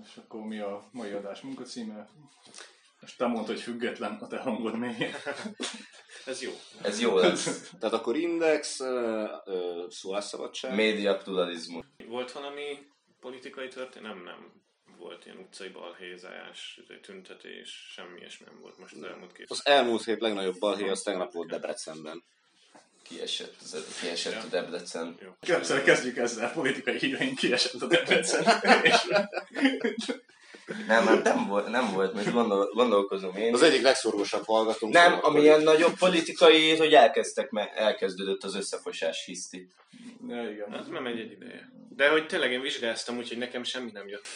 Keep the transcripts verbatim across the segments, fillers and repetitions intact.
És akkor mi a mai adás munkacíme? Most te mondtad, hogy független a te hangod még. Ez jó. Ez jó lesz. Tehát akkor Index, szólásszabadság. Média pluralizmus. Volt valami politikai történet? Nem, nem. Volt ilyen utcai balhézás, tüntetés, semmi ilyesmi nem volt most az elmúlt két. Az elmúlt hét legnagyobb balhé az tegnap volt Debrecenben. Kiesett, kiesett ja. a Debrecen. Köszönöm, kezdjük ezzel, politikai híreink, kiesett a Debrecen. Nem, hát nem volt, nem volt, most gondol, gondolkozom én. Az egyik legszorgosabb hallgatónk. Nem, ami ilyen nagyobb politikai, hogy elkezdtek, me- elkezdődött az összefosás hiszti. Ja, igen. Hát nem egy egy ideje. De hogy tényleg én vizsgáztam, úgyhogy nekem semmi nem jött.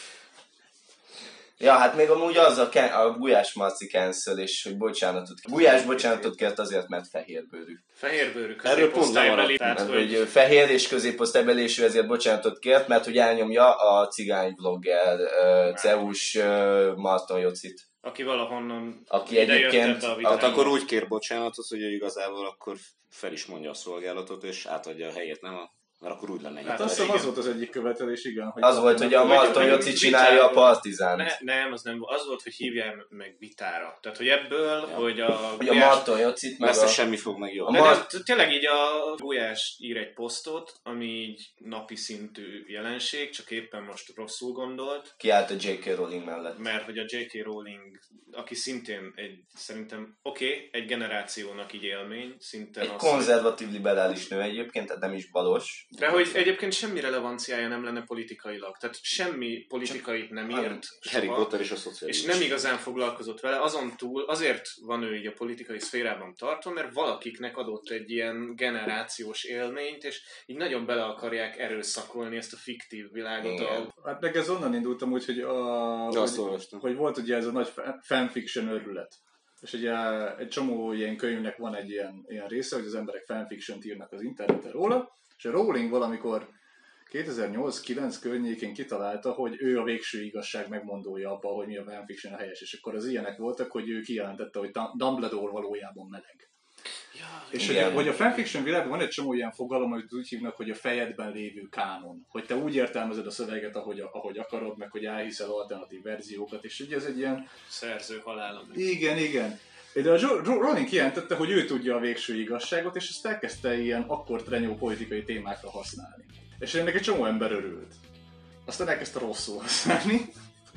Ja, hát még amúgy az a, ken- a Gulyás Marci cancel, és hogy bocsánatot Gulyás bocsánatot kért azért, mert fehérbőrű. Fehérбőrű Erről pont középosztálybeli. Tehát, Mert, hogy... hogy fehér és középosztálybeli, és ő ezért bocsánatot kért, mert hogy elnyomja a cigány vlogger uh, Ceus uh, Marton Jocit. Aki valahonnan Aki egyébként- a Hát akkor úgy kér bocsánatot, hogy ő igazából akkor fel is mondja a szolgálatot, és átadja a helyét, nem? A... Mert akkor úgy lenne. Hát Hát azt hiszem igen. az volt az egyik követelés, igen. Hogy Az volt, hogy a Marton Joci csinálja a Partizánt. Ne, nem, az nem volt. Az volt, hogy hívjál meg vitára. Tehát, hogy ebből, Ja. hogy a... Hogy a Marton Jocit meg Messze a... semmi fog meg jól. A De, Mar- de tényleg így a Gulyás ír egy posztot, ami így napi szintű jelenség, csak éppen most rosszul gondolt, Kiállt a jé ká. Rowling mellett. mert hogy a jé ká. Rowling, aki szintén egy, szerintem, oké, okay, egy generációnak így élmény, szintén Egy az, konzervatív liberális nő egyébként, tehát nem is balos. de hogy egyébként semmi relevanciája nem lenne politikailag, tehát semmi politikait nem írt Harry soha. Potter és a szociális. És nem igazán foglalkozott vele, azon túl azért van ő így a politikai szférában tartva, mert valakiknek adott egy ilyen generációs élményt, és így nagyon bele akarják erőszakolni ezt a fiktív világot. Igen. A... Hát meg ez onnan indultam úgy, hogy, a, Azt hogy, olvastam. hogy volt ugye ez a nagy fanfiction örület. És ugye egy csomó ilyen könyvnek van egy ilyen, ilyen része, hogy az emberek fanfiction-t írnak az interneten róla, és a Rowling valamikor kétezer-nyolc-kilenc környékén kitalálta, hogy ő a végső igazság megmondója abban, hogy mi a fanfiction a helyes, és akkor az ilyenek voltak, hogy ő kijelentette, hogy Dumbledore valójában meleg. Ja, És hogy, hogy a fanfiction világban van egy csomó ilyen fogalom, amit úgy hívnak, hogy a fejedben lévő kánon. Hogy te úgy értelmezed a szöveget, ahogy, ahogy akarod, meg hogy elhiszel alternatív verziókat, és ugye ez egy ilyen... szerző halála. Igen, igen. De a Jo- Jo- Rowling kijelentette, hogy ő tudja a végső igazságot, és ezt elkezdte ilyen akkor trenyó politikai témákra használni. És ennek egy csomó ember örült. Aztán elkezdte rosszul használni,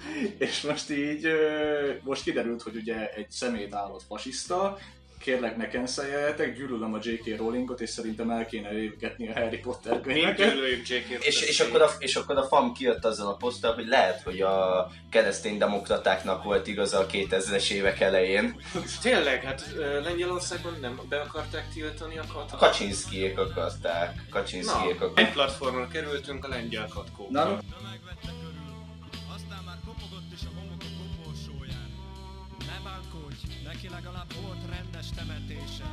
és most így, most kiderült, hogy ugye egy szemét állott fasiszta, kérlek ne canceljeljetek, gyűlölöm a jé ká. Rowlingot, és szerintem el kéne égetni a Harry Potter Én könyveket. gyűlöljük jé ká. És, és, akkor a, és akkor a FAM kijött azzal a poszttal, hogy lehet, hogy a keresztény demokratáknak volt igaza a kétezres évek elején. Tényleg, hát ö, Lengyelországban nem be akarták tiltani a A katkót. Kaczynszkijék akarták. Kaczynszkijék Na, akarták. egy platformra kerültünk a lengyel katkóba. Na, Megvette körül, aztán már kopogott is a homok a koporsóján. Ne bánkodj, neki legalább volt rendes temetése.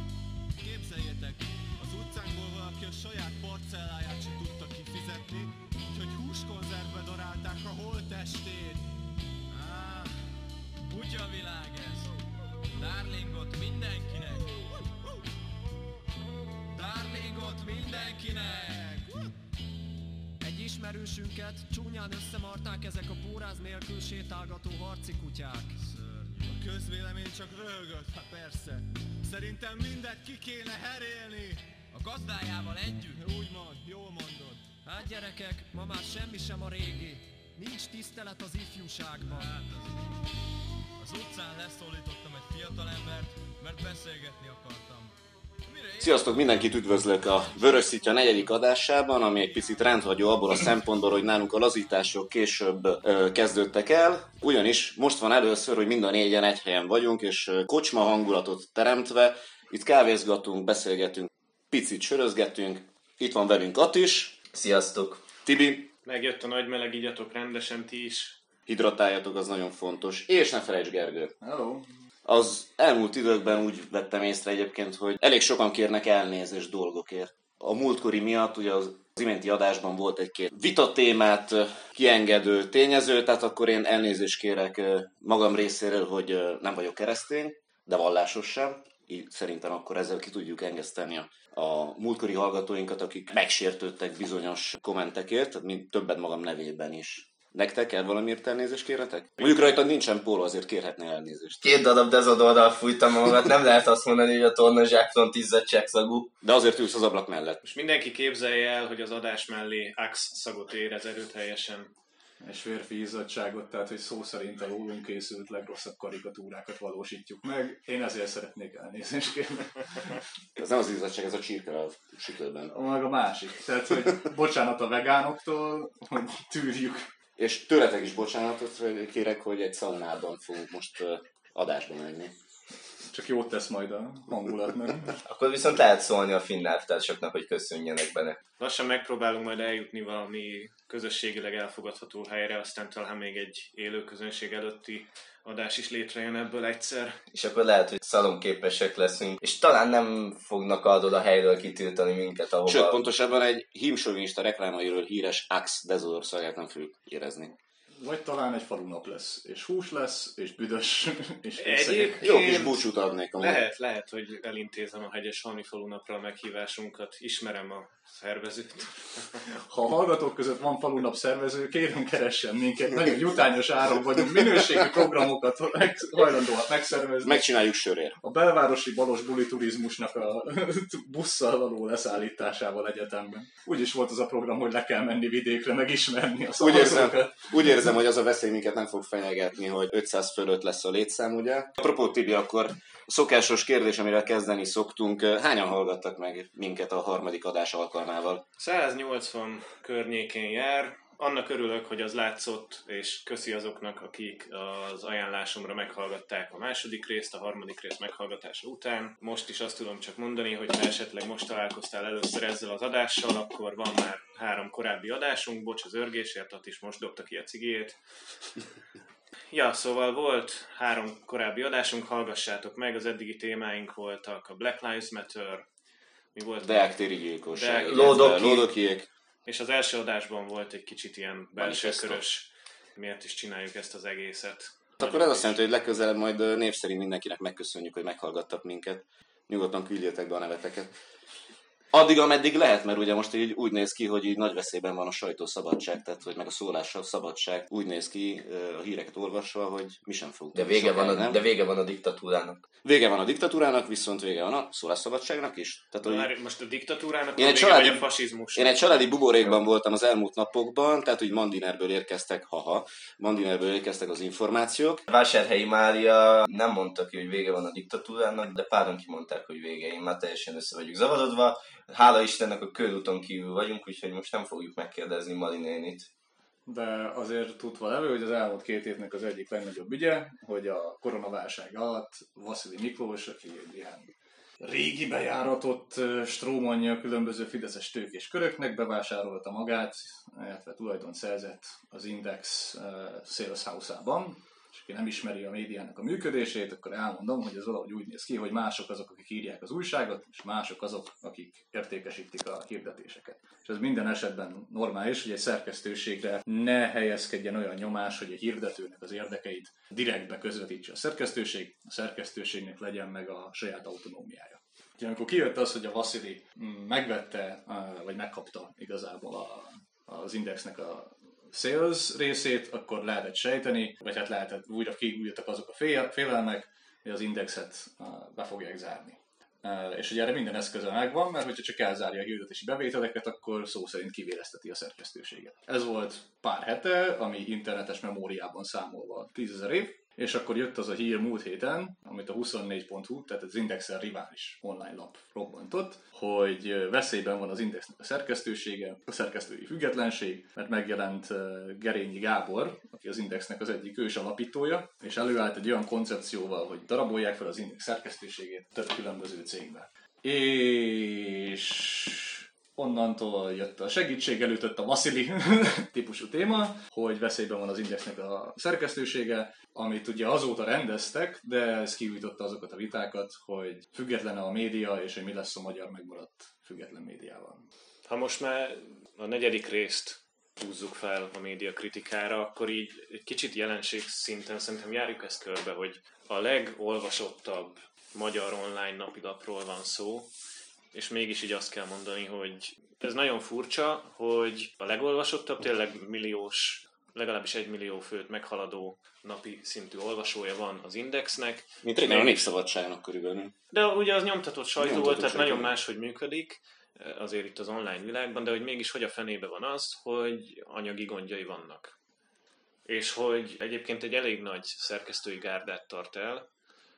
Képzeljétek, az utcánkból valaki a saját parcelláját se tudta kifizetni, úgyhogy húskonzervbe darálták a holttestét. Ah, kutya világ ez. Darlingot mindenkinek. Darlingot mindenkinek. Egy ismerősünket csúnyán összemarták ezek a póráz nélkül sétálgató harci kutyák. A közvélemény csak röhögött, hát persze. Szerintem mindet ki kéne herélni. A gazdájával együtt. Úgy mond, jól mondod. Hát gyerekek, ma már semmi sem a régi. Nincs tisztelet az ifjúságban. Hát az, az utcán leszólítottam egy fiatalembert, mert beszélgetni akartam. Sziasztok, mindenkit üdvözlök a Vörös Szitja negyedik adásában, ami egy picit rendhagyó abból a szempontból, hogy nálunk a lazítások később ö, kezdődtek el. Ugyanis most van először, hogy mind a négyen egy helyen vagyunk, és ö, kocsma hangulatot teremtve, itt kávézgatunk, beszélgetünk, picit sörözgetünk. Itt van velünk Attis. Sziasztok! Tibi. Megjött a nagy meleg, igyatok rendesen ti is. Hidratáljatok, az nagyon fontos. És ne felejtsd, Gergő. hello. Az elmúlt időkben úgy vettem észre egyébként, hogy elég sokan kérnek elnézést dolgokért. A múltkori miatt ugye az iménti adásban volt egy-két vitatémát kiengedő tényező, tehát akkor én elnézést kérek magam részéről, hogy nem vagyok keresztény, de vallásos sem. Így szerintem akkor ezzel ki tudjuk engeszteni a, a múltkori hallgatóinkat, akik megsértődtek bizonyos kommentekért, mint többet magam nevében is. Nektek kell valamiért elnézést kérhetek? Mondjuk rajta nincsen póló, azért kérhetnél elnézést. Két darab dezodorral fújtam magamat, nem lehet azt mondani, hogy a tornazsákon tíz csekszagú. De azért ülsz az ablak mellett. Most mindenki képzelje el, hogy az adás mellé Axe szagot érez erőteljesen. És férfi izzadságot, tehát hogy szó szerint a rólunk készült legrosszabb karikatúrákat valósítjuk meg. Én ezért szeretnék elnézést kérni. Ez nem az izzadság, ez a csirke a sütőben. Meg a másik. Tehát, hogy bocsánat a vegánoktól, hogy tűrjük. És tőletek is bocsánatot kérek, hogy egy szaunában fogunk most adásba menni. Csak jót tesz majd a hangulatnak. Akkor viszont lehet szólni a finn elvtársaknak, hogy köszönjenek benne. Lassan megpróbálunk majd eljutni valami közösségileg elfogadható helyre, aztán talán még egy élő közönség előtti adás is létrejön ebből egyszer. És akkor lehet, hogy szalonképesek leszünk, és talán nem fognak arról a helyről kitiltani minket, ahova... Sőt, pontosabban egy hímsoviniszta reklámairól híres Axe dezodor szagát nem fogjuk érezni. Vagy talán egy falunap lesz, és hús lesz, és büdös, és Egyébként Jó kis búcsút adnék amúgy. Lehet, lehet, hogy elintézem a Hegyes Halmi falunapra a meghívásunkat. Ismerem a szervezőt. Ha a hallgatók között van falunap szervező, kérem keressen minket. Nagyon jutányos áron vagyunk, minőségi programokat hajlandóak megszervezni. Megcsináljuk sörért. A belvárosi balos buli turizmusnak a busszal való leszállításával egyetemben. Úgy is volt az a program, hogy le kell menni vidékre, megismerni a Úgy érzem, szavazókat. úgy érzem, hogy az a veszély minket nem fog fenyegetni, hogy ötszáz fölött lesz a létszám, ugye? Apropó, Tibi, akkor a szokásos kérdés, amivel kezdeni szoktunk, hányan hallgattak meg minket a harmadik adás alkalmával? száznyolcvan környékén jár. Annak örülök, hogy az látszott, és köszi azoknak, akik az ajánlásomra meghallgatták a második részt, a harmadik rész meghallgatása után. Most is azt tudom csak mondani, hogy ha esetleg most találkoztál először ezzel az adással, akkor van már három korábbi adásunk, bocs az örgésért, ott is most dobta ki a cigijét. Ja, szóval volt három korábbi adásunk, hallgassátok meg, az eddigi témáink voltak a Black Lives Matter, mi volt? Deák-téri gyilkosság. Deák- Lódoki. Lódokiék. És az első adásban volt egy kicsit ilyen belső körös, miért is csináljuk ezt az egészet. Akkor ez azt jelenti, hogy legközelebb majd név szerint mindenkinek megköszönjük, hogy meghallgattak minket. Nyugodtan küldjétek be a neveteket. Addig, ameddig lehet, mert ugye most így úgy néz ki, hogy így nagy veszélyben van a sajtószabadság, tehát hogy meg a szólással szabadság. Úgy néz ki a híreket olvasva, hogy mi sem fogunk. De vége, van a, nem? de vége van a diktatúrának. Vége van a diktatúrának, viszont vége van a szólásszabadságnak is. Tehát, hogy Már most a diktatúrának Én a egy vége, családi- vagy a fasizmus? én egy családi buborékban voltam az elmúlt napokban, tehát úgy Mandinerből érkeztek, haha, Mandinerből érkeztek az információk. Vásárhelyi Mária nem mondta ki, hogy vége van a diktatúrának, de páran kimondták, hogy vége. Én már teljesen össze vagyok zavarodva. Hála Istennek a körúton kívül vagyunk, úgyhogy most nem fogjuk megkérdezni Mari nénit. De azért tudva levő, hogy az elmúlt két évnek az egyik legnagyobb ügye, hogy a koronaválság alatt Vasili Miklós, aki egy ilyen régi bejáratott strómanja a különböző fideszes tőkés köröknek, bevásárolta magát, illetve tulajdon szerzett az Index Sales House-ában. És aki nem ismeri a médiának a működését, akkor elmondom, hogy ez valahogy úgy néz ki, hogy mások azok, akik írják az újságot, és mások azok, akik értékesítik a hirdetéseket. És ez minden esetben normális, hogy egy szerkesztőségre ne helyezkedjen olyan nyomás, hogy a hirdetőnek az érdekeit direktbe közvetítse a szerkesztőség, a szerkesztőségnek legyen meg a saját autonómiája. Úgyhogy amikor kijött az, hogy a Vasili megvette, vagy megkapta igazából a, az Indexnek a sales részét, akkor lehetett sejteni, vagy hát lehetett újra kiújultak azok a fél, félelmek, hogy az Indexet be fogják zárni. És ugye erre minden eszköze megvan, mert hogyha csak elzárja a hirdetési bevételeket, akkor szó szerint kivérezteti a szerkesztőséget. Ez volt pár hete, ami internetes memóriában számolva tízezer év, és akkor jött az a hír múlt héten, amit a huszonnégy pont hu, tehát az Indexel rivális online lap robbantott, hogy veszélyben van az Indexnek a szerkesztősége, a szerkesztői függetlenség, mert megjelent Gerényi Gábor, aki az Indexnek az egyik ős alapítója, és előállt egy olyan koncepcióval, hogy darabolják fel az Index szerkesztőségét több különböző cégbe. És onnantól jött a segítség, előtött a Vasili típusú téma, hogy veszélyben van az Indexnek a szerkesztősége, amit ugye azóta rendeztek, de ez kiújtotta azokat a vitákat, hogy független a média, és hogy mi lesz a magyar megmaradt független médiával. Ha most már a negyedik részt húzzuk fel a média kritikára, akkor így egy kicsit jelenség szinten szerintem járjuk ezt körbe, hogy a legolvasottabb magyar online napilapról van szó, és mégis így azt kell mondani, hogy ez nagyon furcsa, hogy a legolvasottabb, tényleg milliós legalábbis egy millió főt meghaladó napi szintű olvasója van az Indexnek. Mint régen a Népszabadságnak körülbelül. De ugye az nyomtatott sajtó Nyomtatott volt, tehát sajtó. nagyon máshogy működik azért itt az online világban, de hogy mégis hogy a fenébe van az, hogy anyagi gondjai vannak. És hogy egyébként egy elég nagy szerkesztői gárdát tart el,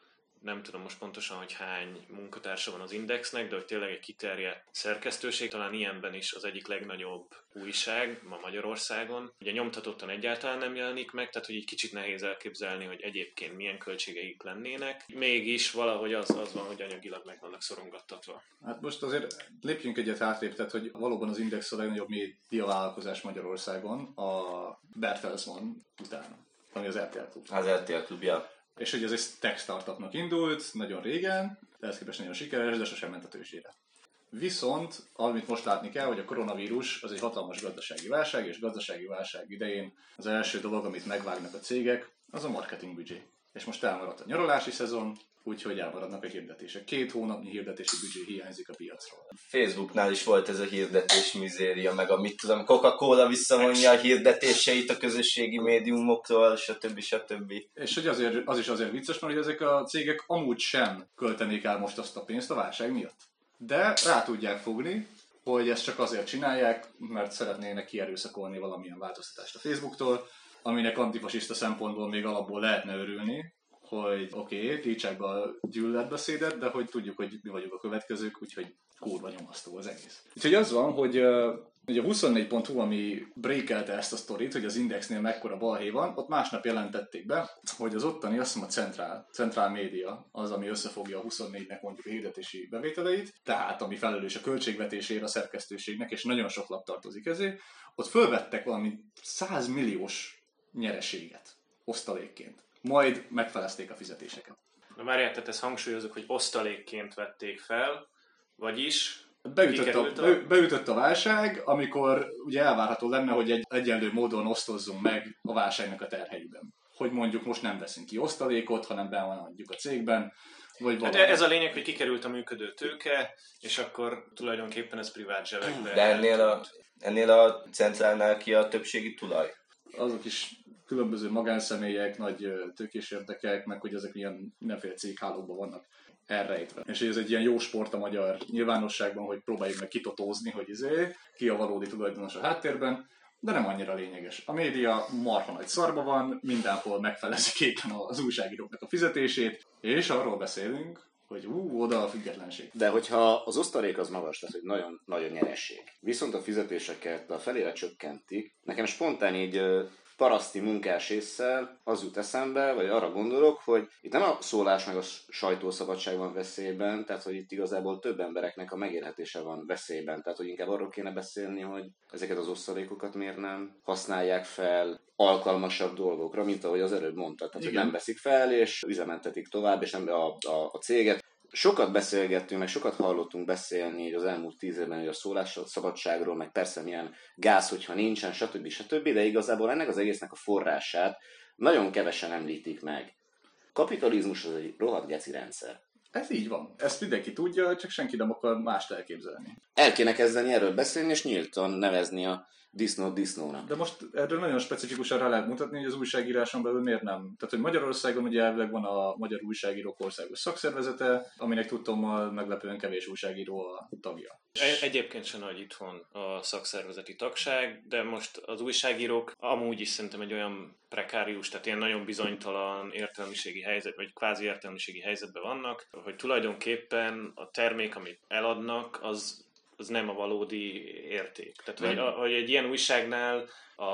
nem tudom most pontosan, hogy hány munkatársa van az Indexnek, de hogy tényleg egy kiterjedt szerkesztőség, talán ilyenben is az egyik legnagyobb újság ma Magyarországon. Ugye nyomtatottan egyáltalán nem jelenik meg, tehát hogy így kicsit nehéz elképzelni, hogy egyébként milyen költségeik lennének. Mégis valahogy az, az van, hogy anyagilag meg vannak szorongattatva. Hát most azért lépjünk egyet hátrébb, tehát hogy valóban az Index a legnagyobb médiavállalkozás Magyarországon a Bertelsmann után, ami az er té el Klub. Az er té el Klub, ja. És hogy ez egy tech startupnak indult nagyon régen, de ez képest nagyon sikeres, de sosem ment a tőzsdére. Viszont, amit most látni kell, hogy a koronavírus az egy hatalmas gazdasági válság, és gazdasági válság idején az első dolog, amit megvágnak a cégek, az a marketing büdzsé. És most elmaradt a nyaralási szezon, úgyhogy elmaradnak a hirdetések. Két hónapnyi hirdetési büdzsé hiányzik a piacról. Facebooknál is volt ez a hirdetés mizéria, meg a mit tudom, Coca-Cola visszavonja a hirdetéseit a közösségi médiumoktól, stb. stb. És hogy azért, az is azért vicces, mert hogy ezek a cégek amúgy sem költenék el most azt a pénzt a válság miatt. De rá tudják fogni, hogy ezt csak azért csinálják, mert szeretnének kierőszakolni valamilyen változtatást a Facebooktól, aminek antifasiszta szempontból még alapból lehetne örülni, hogy oké, okay, tiltsák be a gyűlöletbeszédet, de hogy tudjuk, hogy mi vagyunk a következők, úgyhogy kurva nyomasztó az egész. Úgyhogy az van, hogy uh, ugye a huszonnégy pont hu, ami breakelte ezt a sztorit, hogy az Indexnél mekkora balhé van, ott másnap jelentették be, hogy az ottani, azt hiszem a Centrál, Centrál Média az, ami összefogja a huszonnégynek mondjuk a hirdetési bevételeit, tehát ami felelős a költségvetésére a szerkesztőségnek, és nagyon sok lap tartozik ezért, ott fölvettek valami száz milliós nyereséget osztalékként. Majd megfelezték a fizetéseket. Na várjál, tehát ezt hangsúlyozok, hogy osztalékként vették fel, vagyis Beütött a, a... be, beütött a válság, amikor ugye elvárható lenne, hogy egy egyenlő módon osztozzunk meg a válságnak a terheiben. Hogy mondjuk most nem veszünk ki osztalékot, hanem beadjuk a cégben, vagy hát ez a lényeg, hogy kikerült a működő tőke, és akkor tulajdonképpen ez privát zsebekbe. De ennél a, ennél a Centrálnál ki a többségi tulaj? Azok is különböző magánszemélyek, nagy tőkés érdekek, meg hogy ezek ilyen mindenféle céghálókban vannak elrejtve. És ez egy ilyen jó sport a magyar nyilvánosságban, hogy próbáljuk meg kitotózni, hogy izé, ki a valódi tulajdonos a háttérben, de nem annyira lényeges. A média marha nagy szarba van, mindenhol megfelezik éppen az újságíróknak a fizetését, és arról beszélünk, hogy ú, oda a függetlenség. De hogyha az osztalék az magas, tehát hogy nagyon nagyon nyeresség, viszont a fizetéseket a felére csökkentik, nekem spontán így paraszti munkás ésszel az jut eszembe, vagy arra gondolok, hogy itt nem a szólás meg a sajtószabadság van veszélyben, tehát hogy itt igazából több embereknek a megélhetése van veszélyben, tehát hogy inkább arról kéne beszélni, hogy ezeket az osztalékokat miért nem használják fel alkalmasabb dolgokra, mint ahogy az előbb mondtad, tehát hogy nem veszik fel, és üzemeltetik tovább, és nem a, a, a céget. Sokat beszélgettünk, meg sokat hallottunk beszélni így az elmúlt tíz évben, hogy a szólásszabadságról, meg persze milyen gáz, hogyha nincsen, stb. stb. De igazából ennek az egésznek a forrását nagyon kevesen említik meg. Kapitalizmus az egy rohadt geci rendszer. Ez így van. Ezt mindenki tudja, csak senki nem akar mást elképzelni. El kéne kezdeni erről beszélni, és nyíltan nevezni a disznót disznónak. De most erről nagyon specifikusan rá lehet mutatni, hogy az újságíráson belül miért nem. Tehát, hogy Magyarországon ugye elvileg van a Magyar Újságírók Országos Szakszervezete, aminek tudtommal meglepően kevés újságíró a tagja. Egyébként sem nagy itthon a szakszervezeti tagság, de most az újságírók amúgy is szerintem egy olyan prekárius, tehát ilyen nagyon bizonytalan értelmiségi helyzet, vagy kvázi értelmiségi helyzetben vannak, hogy tulajdonképpen a termék, amit eladnak, az az nem a valódi érték. Tehát, hogy, a, hogy egy ilyen újságnál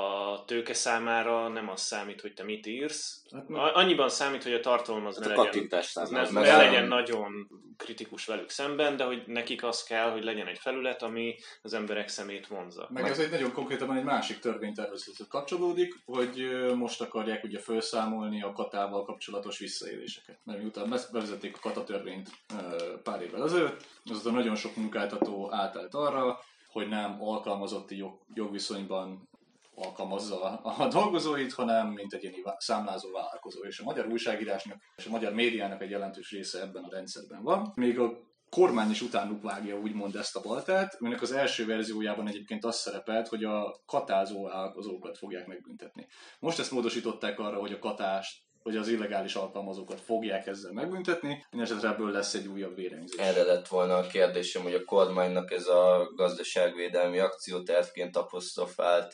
a tőke számára nem az számít, hogy te mit írsz. Hát, annyiban számít, hogy a tartalom az, ne, legyen, az ne, ne legyen nagyon kritikus velük szemben, de hogy nekik az kell, hogy legyen egy felület, ami az emberek szemét vonzza. Meg ez egy nagyon konkrétan egy másik törvénytervezethez kapcsolódik, hogy most akarják ugye felszámolni a katával kapcsolatos visszaéléseket. Mert miután bevezették a kata törvényt pár évvel ezelőtt, azóta nagyon sok munkáltató átállt arra, hogy nem alkalmazotti jog, jogviszonyban alkalmazza a dolgozóit, hanem mint egy ilyen számlázó vállalkozó. És a magyar újságírásnak és a magyar médiának egy jelentős része ebben a rendszerben van. Még a kormány is utánuk vágja úgymond ezt a baltát, aminek az első verziójában egyébként az szerepelt, hogy a katázó vállalkozókat fogják megbüntetni. Most ezt módosították arra, hogy a katást, hogy az illegális alkalmazókat fogják ezzel megbüntetni, mindenesetre ebből lesz egy újabb vérengzés. Erre lett volna a kérdésem, hogy a kormánynak ez a gazdaságvédelmi akciótervként apostrofált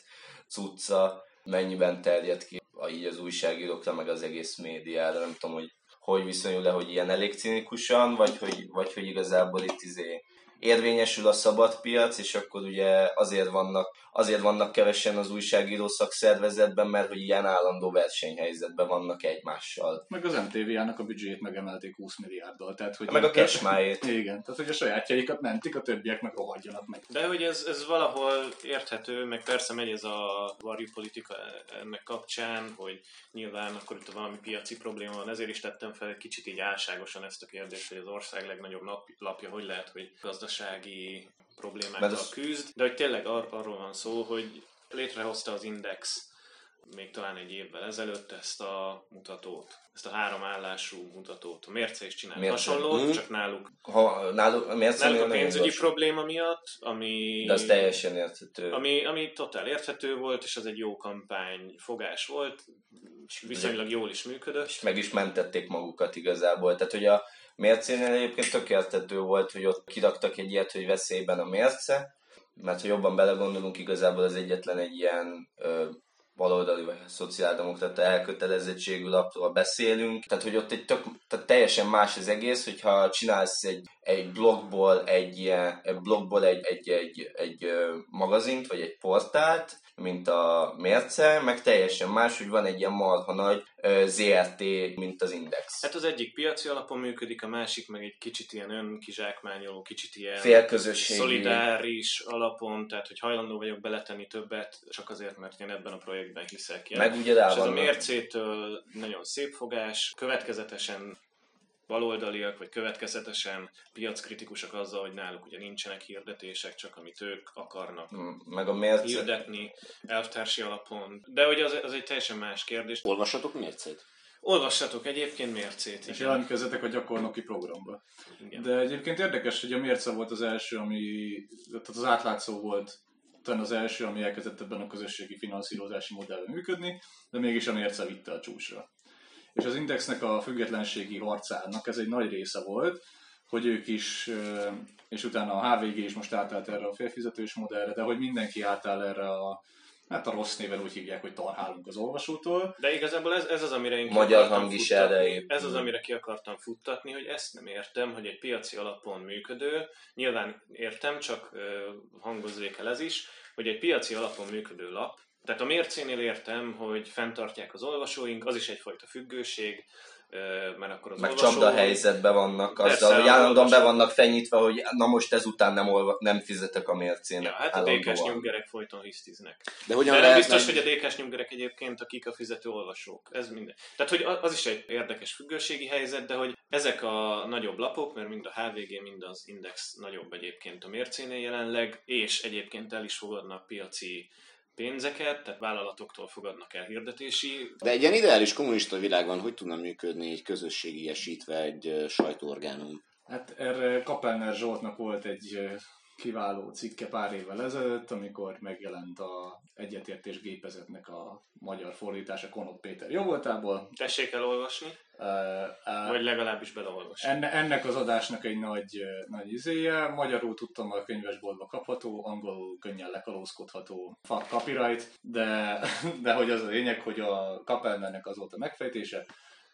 cucca mennyiben terjed ki a, így az újságírókra, meg az egész médiára. Nem tudom, hogy hogy viszonyul le, hogy ilyen elég cinikusan, vagy hogy, vagy hogy igazából itt izé érvényesül a szabad piac, és akkor ugye azért vannak, azért vannak kevesen az újságíró szakszervezetben, mert hogy ilyen állandó versenyhelyzetben vannak egymással. Meg az em té vé-nak a büdzséjét megemelték húsz milliárddal. Tehát, hogy meg a cashmájét. Igen, tehát hogy a sajátjaikat mentik, a többiek meg rohadjanak meg. De hogy ez, ez valahol érthető, meg persze megy ez a varjúpolitika ennek kapcsán, hogy nyilván akkor itt valami piaci probléma van, ezért is tettem fel egy kicsit így álságosan ezt a kérdést, hogy az ország legnagyobb lapja hogy lehet, hogy gazdasági problémákkal az... küzd, de hogy tényleg ar- arról van szó, hogy létrehozta az Index még talán egy évvel ezelőtt ezt a mutatót, ezt a három állású mutatót. A Mérce is csinál hasonlót, mm. csak náluk, ha, náluk, a, náluk a pénzügyi probléma miatt, ami... De az teljesen érthető. Ami, ami totál érthető volt, és az egy jó kampány fogás volt, és viszonylag jól is működött. És meg is mentették magukat igazából. Tehát, hogy a Mércénél egyébként tök érthető volt, hogy ott kiraktak egy ilyet, hogy veszélyben a Mérce, mert ha jobban belegondolunk, igazából az egyetlen egy ilyen ö, baloldali vagy szociáldemokrata elkötelezettségű lapról beszélünk. Tehát, hogy ott egy tök, tehát teljesen más az egész, hogyha csinálsz egy, egy blogból egy ilyen, egy blogból egy, egy, egy, egy, egy magazint, vagy egy portált, mint a Mérce, meg teljesen más, hogy van egy ilyen marha nagy zé er té, mint az Index. Hát az egyik piaci alapon működik, a másik meg egy kicsit ilyen önkizsákmányoló, kicsit ilyen félközösségi, szolidáris alapon, tehát hogy hajlandó vagyok beletenni többet, csak azért, mert én ebben a projektben hiszek. Meg ugye rá és ez a vannak. Mércétől nagyon szép fogás, következetesen baloldaliak, vagy következetesen piackritikusak azzal, hogy náluk ugye nincsenek hirdetések, csak amit ők akarnak meg a Mérce... hirdetni elvtársi alapon. De hogy az, az egy teljesen más kérdés. Olvassatok Mércét? Olvassatok egyébként Mércét. És jelentkezzetek a gyakornoki programba. Igen. De egyébként érdekes, hogy a Mérce volt az első, ami, tehát az átlátszó volt talán az első, ami elkezdett ebben a közösségi finanszírozási modellben működni, de mégis a Mérce vitte a csúcsra. És az Indexnek a függetlenségi harcának ez egy nagy része volt, hogy ők is, és utána a há vé gé is most átállt erre a félfizetős modellre, de hogy mindenki átáll erre a, hát a rossz néven úgy hívják, hogy tarhálunk az olvasótól. De igazából ez, ez az, amire én ki Magyar hang is erre. Ez az, amire ki akartam futtatni, hogy ezt nem értem, hogy egy piaci alapon működő, nyilván értem, csak hangozzék el ez is, hogy egy piaci alapon működő lap, tehát a Mércénél értem, hogy fenntartják az olvasóink, az is egyfajta függőség, mert akkor az meg olvasó... csapda helyzetben vannak Persze, azzal, hogy állandóan olvasó... be vannak fenyítve, hogy na most ezután nem, olva... nem fizetek a Mércének. Ja, hát a dé ká-s nyuggerek folyton hisztiznek. De, hogyan De nem biztos, meg... hogy a dé ká-s nyuggerek egyébként, akik a fizető olvasók. Ez minden. Tehát, hogy az is egy érdekes függőségi helyzet, de hogy ezek a nagyobb lapok, mert mind a há vé gé, mind az Index nagyobb egyébként a Mércénél jelenleg, és egyébként el is fogadnak piaci pénzeket, tehát vállalatoktól fogadnak el hirdetési. De egy ilyen ideális kommunista világban hogy tudna működni egy közösségiesítve egy sajtóorgánum? Hát erre Kapellner Zsoltnak volt egy kiváló cikke pár évvel ezelőtt, amikor megjelent a egyetértés gépezetnek a magyar fordítása Konop Péter jóvoltából. Tessék elolvasni, uh, uh, vagy legalábbis beleolvasni. Enne, ennek az adásnak egy nagy, nagy izéje, magyarul tudtam a könyvesboltba kapható, angolul könnyen lekalózkodható fuck copyright, de, de hogy az a lényeg, hogy a Kapellnernek az volt a megfejtése,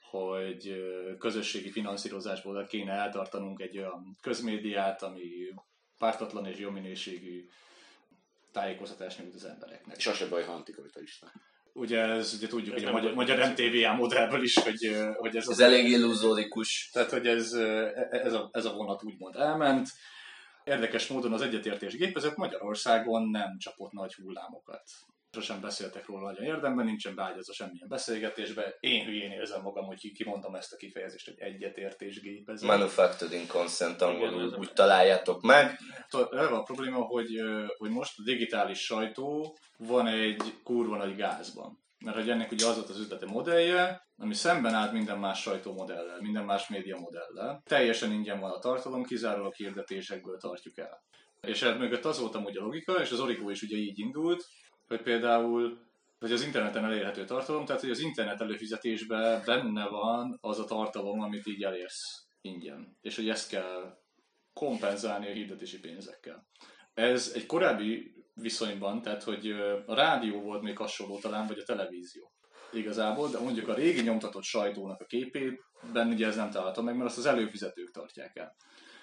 hogy közösségi finanszírozásból kéne eltartanunk egy olyan közmédiát, ami pártatlan és jó minőségű tájékoztatást nyújt az embereknek. És az se baj, ha antikapitalista. Ugye ez, ugye tudjuk, ez hogy a magyar, magyar em té vé á modellből is, hogy, hogy ez... Ez az elég illuzórikus. Tehát, hogy ez, ez, a, ez a vonat úgymond elment. Érdekes módon az egyetértés gépezet Magyarországon nem csapott nagy hullámokat. Sosem beszéltek róla nagyon érdemben, nincsen beágyazva semmilyen beszélgetésbe. Én hülyén érzem magam, hogy kimondom ezt a kifejezést, hogy egyetértés gépezet. Manufacturing consent angolul úgy találjátok meg. Ez a probléma, hogy, hogy most a digitális sajtó van egy kurva nagy gázban. Mert hogy ennek ugye az volt az üzleti modellje, ami szemben állt minden más sajtómodellel, minden más média modellel. Teljesen ingyen van a tartalom, kizárólag hirdetésekből tartjuk el. És ez mögött az volt amúgy a logika, és az Origo is ugye így indult, hogy például hogy az interneten elérhető tartalom, tehát hogy az internet előfizetésben benne van az a tartalom, amit így elérsz ingyen. És hogy ezt kell kompenzálni a hirdetési pénzekkel. Ez egy korábbi viszonyban, tehát hogy a rádió volt még hasonló talán, vagy a televízió igazából, de mondjuk a régi nyomtatott sajtónak a képében ugye ez nem található meg, mert azt az előfizetők tartják el.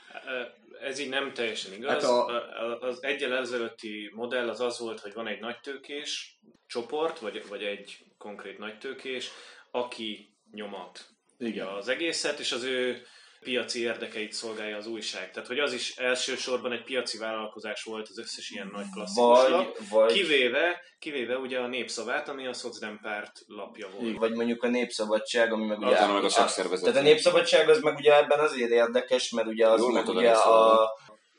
Ez így nem teljesen igaz. Hát a... Az egyel ezelőtti modell az az volt, hogy van egy nagytőkés csoport, vagy, vagy egy konkrét nagytőkés, aki nyomat Igen. az egészet, és az ő piaci érdekeit szolgálja az újság. Tehát, hogy az is elsősorban egy piaci vállalkozás volt az összes ilyen nagy klasszikus lap, vagy... kivéve, kivéve ugye a Népszavát, ami a Szocdem párt lapja volt. Vagy mondjuk a Népszabadság, ami meg ugye... Aztán meg a szakszervezet. Tehát a Népszabadság az meg ugye ebben azért érdekes, mert ugye az meg ugye a,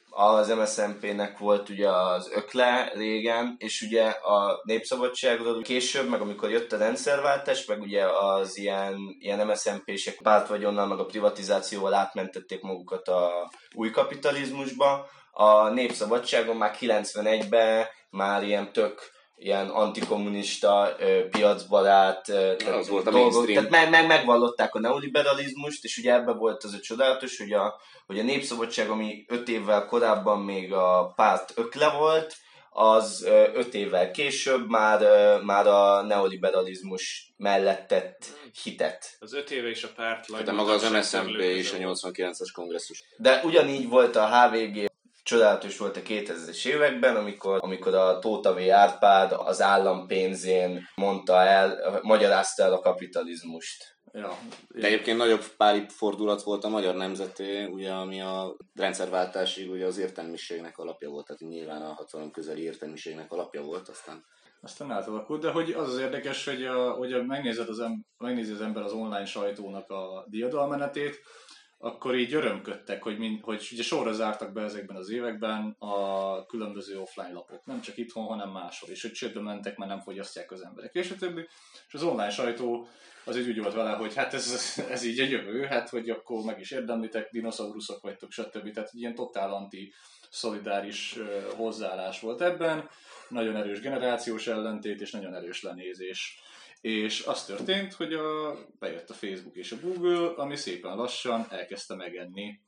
az em es zé en pé-nek volt ugye az ökle régen, és ugye a Népszabadságról később, meg amikor jött a rendszerváltás, meg ugye az ilyen, ilyen em es zé en pé-sek pártvagyonnal, meg a privatizációval átmentették magukat a új kapitalizmusba. A Népszabadságon már kilencvenegyben már ilyen tök ilyen antikommunista, piacbarát az volt a dolgok, tehát meg, meg, megvallották a neoliberalizmust, és ugye ebben volt az a csodálatos, hogy a, hogy a Népszabadság, ami öt évvel korábban még a párt ökle volt, az öt évvel később már, már a neoliberalizmus mellett tett hitet. Az öt éve is a párt... De maga az em es zé en pé is a nyolcvankilences kongresszus. De ugyanígy volt a há vé gé. Csodálatos volt a kétezres években, amikor, amikor a Tóth V. Árpád az állam pénzén mondta el, magyarázta el a kapitalizmust. Ja, de egyébként nagyobb pári fordulat volt a Magyar Nemzeté, ugye, ami a rendszerváltásig ugye az értelmiségnek alapja volt, tehát nyilván a hatalom közeli értelmiségnek alapja volt, aztán... Aztán átalakult, de hogy az az érdekes, hogy, a, hogy megnézed az, em, megnézi az ember az online sajtónak a diadalmenetét, akkor így örömködtek, hogy, mind, hogy ugye sorra zártak be ezekben az években a különböző offline lapok. Nem csak itthon, hanem máshol. És hogy csődbe mentek, mert nem fogyasztják az emberek. És a többi. És az online sajtó az így úgy volt vele, hogy hát ez, ez így a jövő, hát hogy akkor meg is érdemlitek, dinoszauruszok vagytok, stb. Tehát ilyen totál anti-szolidáris hozzáállás volt ebben. Nagyon erős generációs ellentét és nagyon erős lenézés. És az történt, hogy a, bejött a Facebook és a Google, ami szépen lassan elkezdte megenni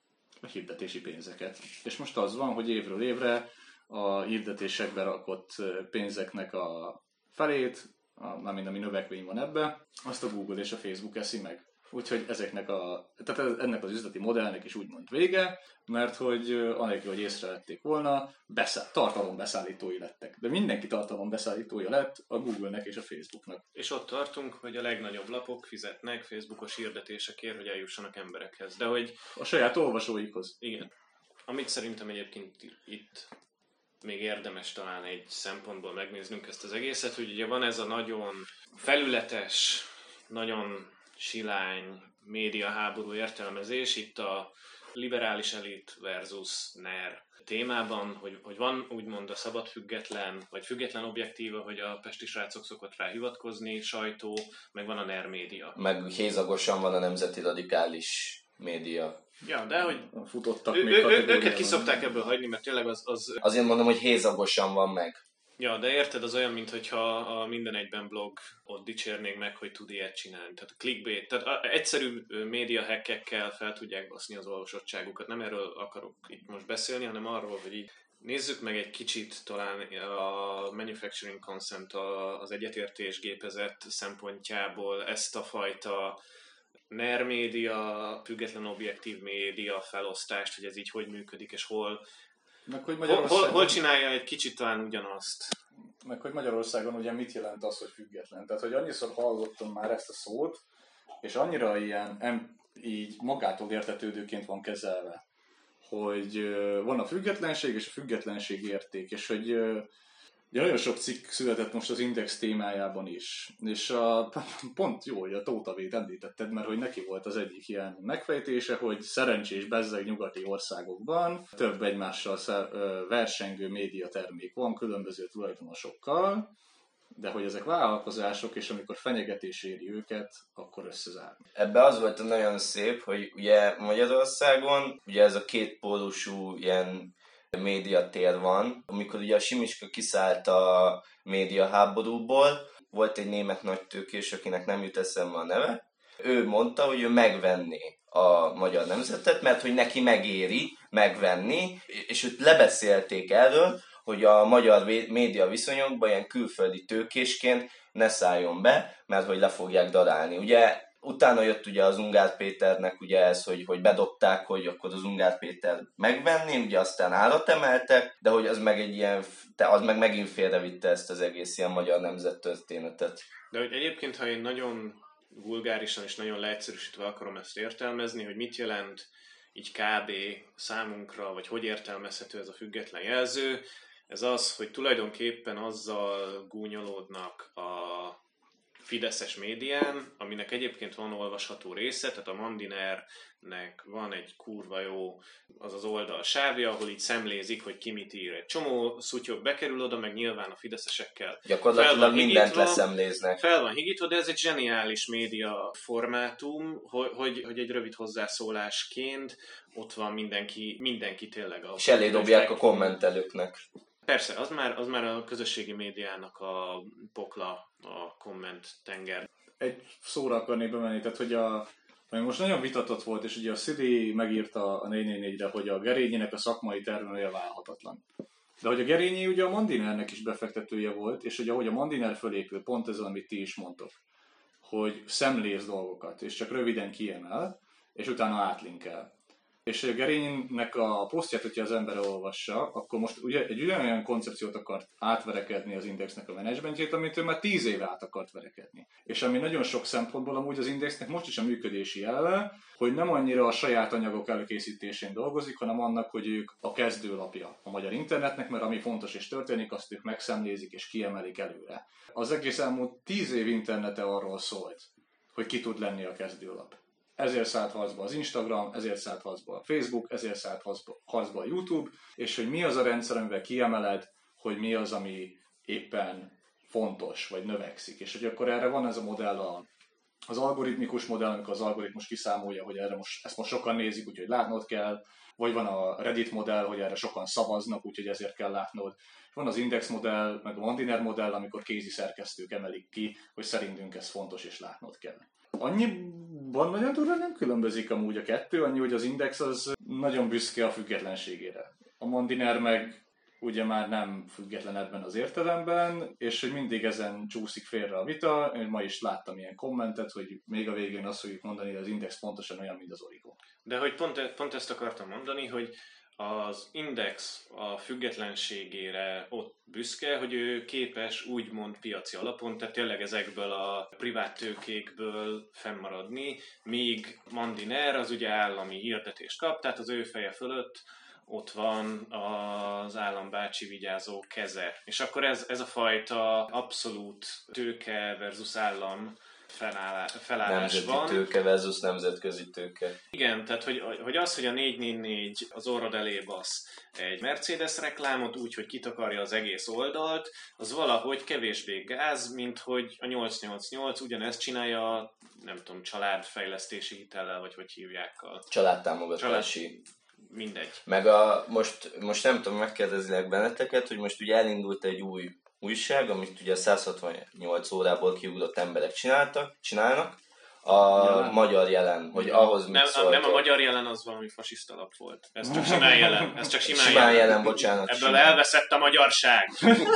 a hirdetési pénzeket. És most az van, hogy évről évre a hirdetésekbe rakott pénzeknek a felét, mármint ami növekvény van ebbe, azt a Google és a Facebook eszi meg. Úgyhogy ezeknek a, tehát ennek az üzleti modellnek is úgymond vége, mert hogy anélkül, hogy észrevették volna, beszáll, tartalombeszállítói lettek. De mindenki tartalombeszállítója lett a Google-nek és a Facebooknak. És ott tartunk, hogy a legnagyobb lapok fizetnek Facebookos hirdetésekért, hogy eljussanak emberekhez. De hogy... A saját olvasóikhoz. Igen. Amit szerintem egyébként itt még érdemes talán egy szempontból megnéznünk ezt az egészet, hogy ugye van ez a nagyon felületes, nagyon silány médiaháború értelmezés, itt a liberális elit versus NER témában, hogy, hogy van úgymond a szabad független, vagy független objektíva, hogy a pesti srácok szokott rá hivatkozni, sajtó, meg van a NER média. Meg hézagosan van a nemzeti radikális média. Ja, de hogy futottak ő, még ő, ő, őket ki szokták ebből hagyni, mert tényleg az, az... Azért mondom, hogy hézagosan van meg. Ja, de érted, az olyan, mintha a Minden Egyben blog ott dicsérnék meg, hogy tud ilyet csinálni. Tehát a clickbait, tehát a egyszerű média hackekkel fel tudják baszni az olvasottságukat. Nem erről akarok itt most beszélni, hanem arról, hogy így nézzük meg egy kicsit talán a manufacturing consent, az egyetértés gépezet szempontjából ezt a fajta NER média, független objektív média felosztást, hogy ez így hogy működik, és hol Meg, hogy hol, hol, hol csinálja egy kicsit talán ugyanazt? Meg hogy Magyarországon ugye mit jelent az, hogy független. Tehát, hogy annyiszor hallottam már ezt a szót, és annyira ilyen em, így magától értetődőként van kezelve, hogy van a függetlenség és a függetlenség érték, és hogy ugye nagyon sok cikk született most az Index témájában is, és a, pont jó, hogy a Tóth V-t említetted, mert hogy neki volt az egyik ilyen megfejtése, hogy szerencsés bezzeg nyugati országokban több egymással versengő médiatermék van különböző tulajdonosokkal, de hogy ezek vállalkozások, és amikor fenyegetés éri őket, akkor összezárnak. Ebbe az volt nagyon szép, hogy ugye Magyarországon ugye ez a kétpólusú ilyen médiatér van, amikor ugye a Simiska kiszállt a média háborúból, volt egy német nagytőkés, akinek nem jut eszembe a neve, ő mondta, hogy ő megvenné a magyar nemzetet, mert hogy neki megéri megvenni, és őt lebeszélték erről, hogy a magyar média viszonyokban ilyen külföldi tőkésként ne szálljon be, mert hogy le fogják darálni. Ugye utána jött ugye az Ungár Péternek ugye ez, hogy, hogy bedobták, hogy akkor az Ungár Péter megvenni, ugye aztán árat emeltek, de hogy az meg egy ilyen, az meg megint félrevitte ezt az egész ilyen magyar nemzettörténetet. De hogy egyébként, ha én nagyon vulgárisan és nagyon leegyszerűsítve akarom ezt értelmezni, hogy mit jelent így kb. Számunkra, vagy hogy értelmezhető ez a független jelző, ez az, hogy tulajdonképpen azzal gúnyolódnak a fideszes médián, aminek egyébként van olvasható része, tehát a Mandinernek van egy kurva jó az az oldal sávja, ahol így szemlézik, hogy ki mit ír. Egy csomó szutyok bekerül oda, meg nyilván a fideszesekkel gyakorlatilag mindent leszemléznek. Fel van higítva, de ez egy zseniális média formátum, hogy, hogy, hogy egy rövid hozzászólásként ott van mindenki, mindenki tényleg. És elé dobják a kommentelőknek. Persze, az már, az már a közösségi médiának a pokla, a komment tenger. Egy szóra akarnék bemenni, tehát hogy a, ami most nagyon vitatott volt, és ugye a Szidi megírta a négy négy négyre, hogy a Gerényinek a szakmai termelője válhatatlan. De hogy a Gerényi ugye a Mandinernek is befektetője volt, és hogy ahogy a Mandiner fölépül, pont ez, amit ti is mondtok, hogy szemléz dolgokat, és csak röviden kiemel, és utána átlinkel. És a Gerénynek a posztját, hogyha az ember olvassa, akkor most ugye egy ugyanolyan koncepciót akart átverekedni az Indexnek a menedzsmentjét, amit ő már tíz éve át akart verekedni. És ami nagyon sok szempontból amúgy az Indexnek most is a működési elve, hogy nem annyira a saját anyagok előkészítésén dolgozik, hanem annak, hogy ők a kezdőlapja a magyar internetnek, mert ami fontos és történik, azt ők megszemlézik és kiemelik előre. Az egész elmúlt tíz év internete arról szólt, hogy ki tud lenni a kezdőlap. Ezért szállt harcba az Instagram, ezért szállt harcba a Facebook, ezért szállt harcba a YouTube, és hogy mi az a rendszer, amivel kiemeled, hogy mi az, ami éppen fontos, vagy növekszik. És hogy akkor erre van ez a modell, az algoritmikus modell, amikor az algoritmus kiszámolja, hogy erre most, ezt most sokan nézik, úgyhogy látnod kell, vagy van a Reddit modell, hogy erre sokan szavaznak, úgyhogy ezért kell látnod. Van az Index modell, meg a Mandiner modell, amikor kézi szerkesztők emelik ki, hogy szerintünk ez fontos és látnod kell. Annyiban nagyon durva nem különbözik amúgy a kettő, annyi, hogy az Index az nagyon büszke a függetlenségére. A Mandiner meg ugye már nem független ebben az értelemben, és hogy mindig ezen csúszik félre a vita. Én ma is láttam ilyen kommentet, hogy még a végén azt fogjuk mondani, hogy az Index pontosan olyan, mint az Origo. De hogy pont, pont ezt akartam mondani, hogy az Index a függetlenségére ott büszke, hogy ő képes úgymond piaci alapon, tehát tényleg ezekből a privát tőkékből fennmaradni, míg Mandiner az ugye állami hirdetést kap, tehát az ő feje fölött ott van az állambácsi vigyázó keze. És akkor ez, ez a fajta abszolút tőke versus állam felállás, felállás nemzeti van. tőke versus nemzetközi tőke. Igen, tehát hogy, hogy az, hogy a négy négy négy az orrod elé basz egy Mercedes reklámot úgy, hogy kitakarja az egész oldalt, az valahogy kevésbé gáz, mint hogy a nyolc nyolc nyolc ugyanezt csinálja, nem tudom, családfejlesztési hitellel, vagy hogy hívják a... Családtámogatási. Család... Mindegy. Meg a, most, most nem tudom, megkérdezlek benneteket, hogy most ugye elindult egy új újság, amit ugye száz hatvannyolc órából kiugrott emberek csináltak, csinálnak, a jelen. Magyar Jelen, hogy ahhoz mit nem, szóltok. nem a Magyar Jelen az valami fasiszta lap volt. Ez csak simán jelen. Ez csak simán, simán jelen. jelen, bocsánat. Ebből simán. elveszett a magyarság.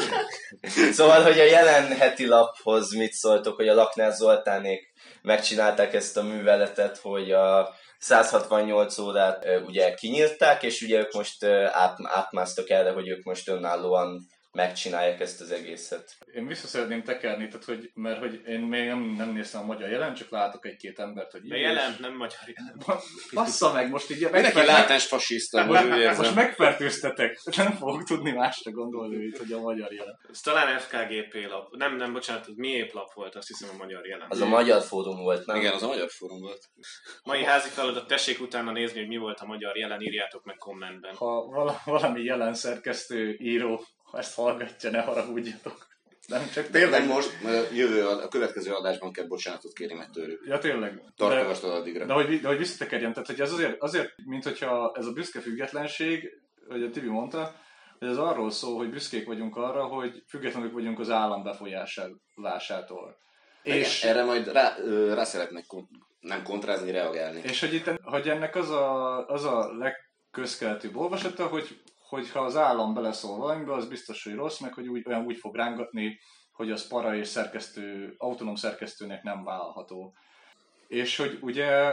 Szóval, hogy a Jelen heti laphoz mit szóltok, hogy a Lakner Zoltánék megcsinálták ezt a műveletet, hogy a száz hatvannyolc órát ugye kinyírták, és ugye ők most át, átmásztak erre, hogy ők most önállóan megcsinálják ezt az egészet. Én vissza szeretném tekerni, tehát, hogy, mert hogy én még nem, nem néztem a Magyar Jelen, csak látok egy-két embert, hogy... De Jelen, nem Magyar Jelen. Bassza meg, most így... Neki látás fasiszta, most úgy érzem. Most megfertőztetek, nem fogok tudni másra gondolni, mint hogy a Magyar Jelen. Ez talán ef ká gé pé lap. Nem, nem, bocsánat, ez miép lap volt, azt hiszem a Magyar Jelen. Az a Magyar Fórum volt, nem? Igen, az a Magyar Fórum volt. Mai házi feladat, tessék utána nézni, hogy mi volt a Magyar Jelen, írjátok meg kommentben. Ha valami Jelen szerkesztő, író, ha ezt hallgatja, ne haragudjatok. Nem, csak Tényleg tényleg. most, mert a, jövő, a következő adásban kell bocsánatot kérni meg tőlük. Ja, tényleg. Tartogassd addigra. De hogy, de hogy visszatekerjem, tehát hogy ez azért, azért, mint hogyha ez a büszke függetlenség, hogy a Tibi mondta, hogy ez arról szól, hogy büszkék vagyunk arra, hogy függetlenül vagyunk az állam befolyásától. És erre majd rá, rá szeretnék kon- nem kontrázni, reagálni. És hogy, itt, hogy ennek az a, az a legközkeletűbb olvasata, hogy, hogy ha az állam beleszól valamibe, az biztos, hogy rossz, meg hogy úgy, olyan úgy fog rángatni, hogy az para és szerkesztő, autonóm szerkesztőnek nem vállalható. És hogy ugye...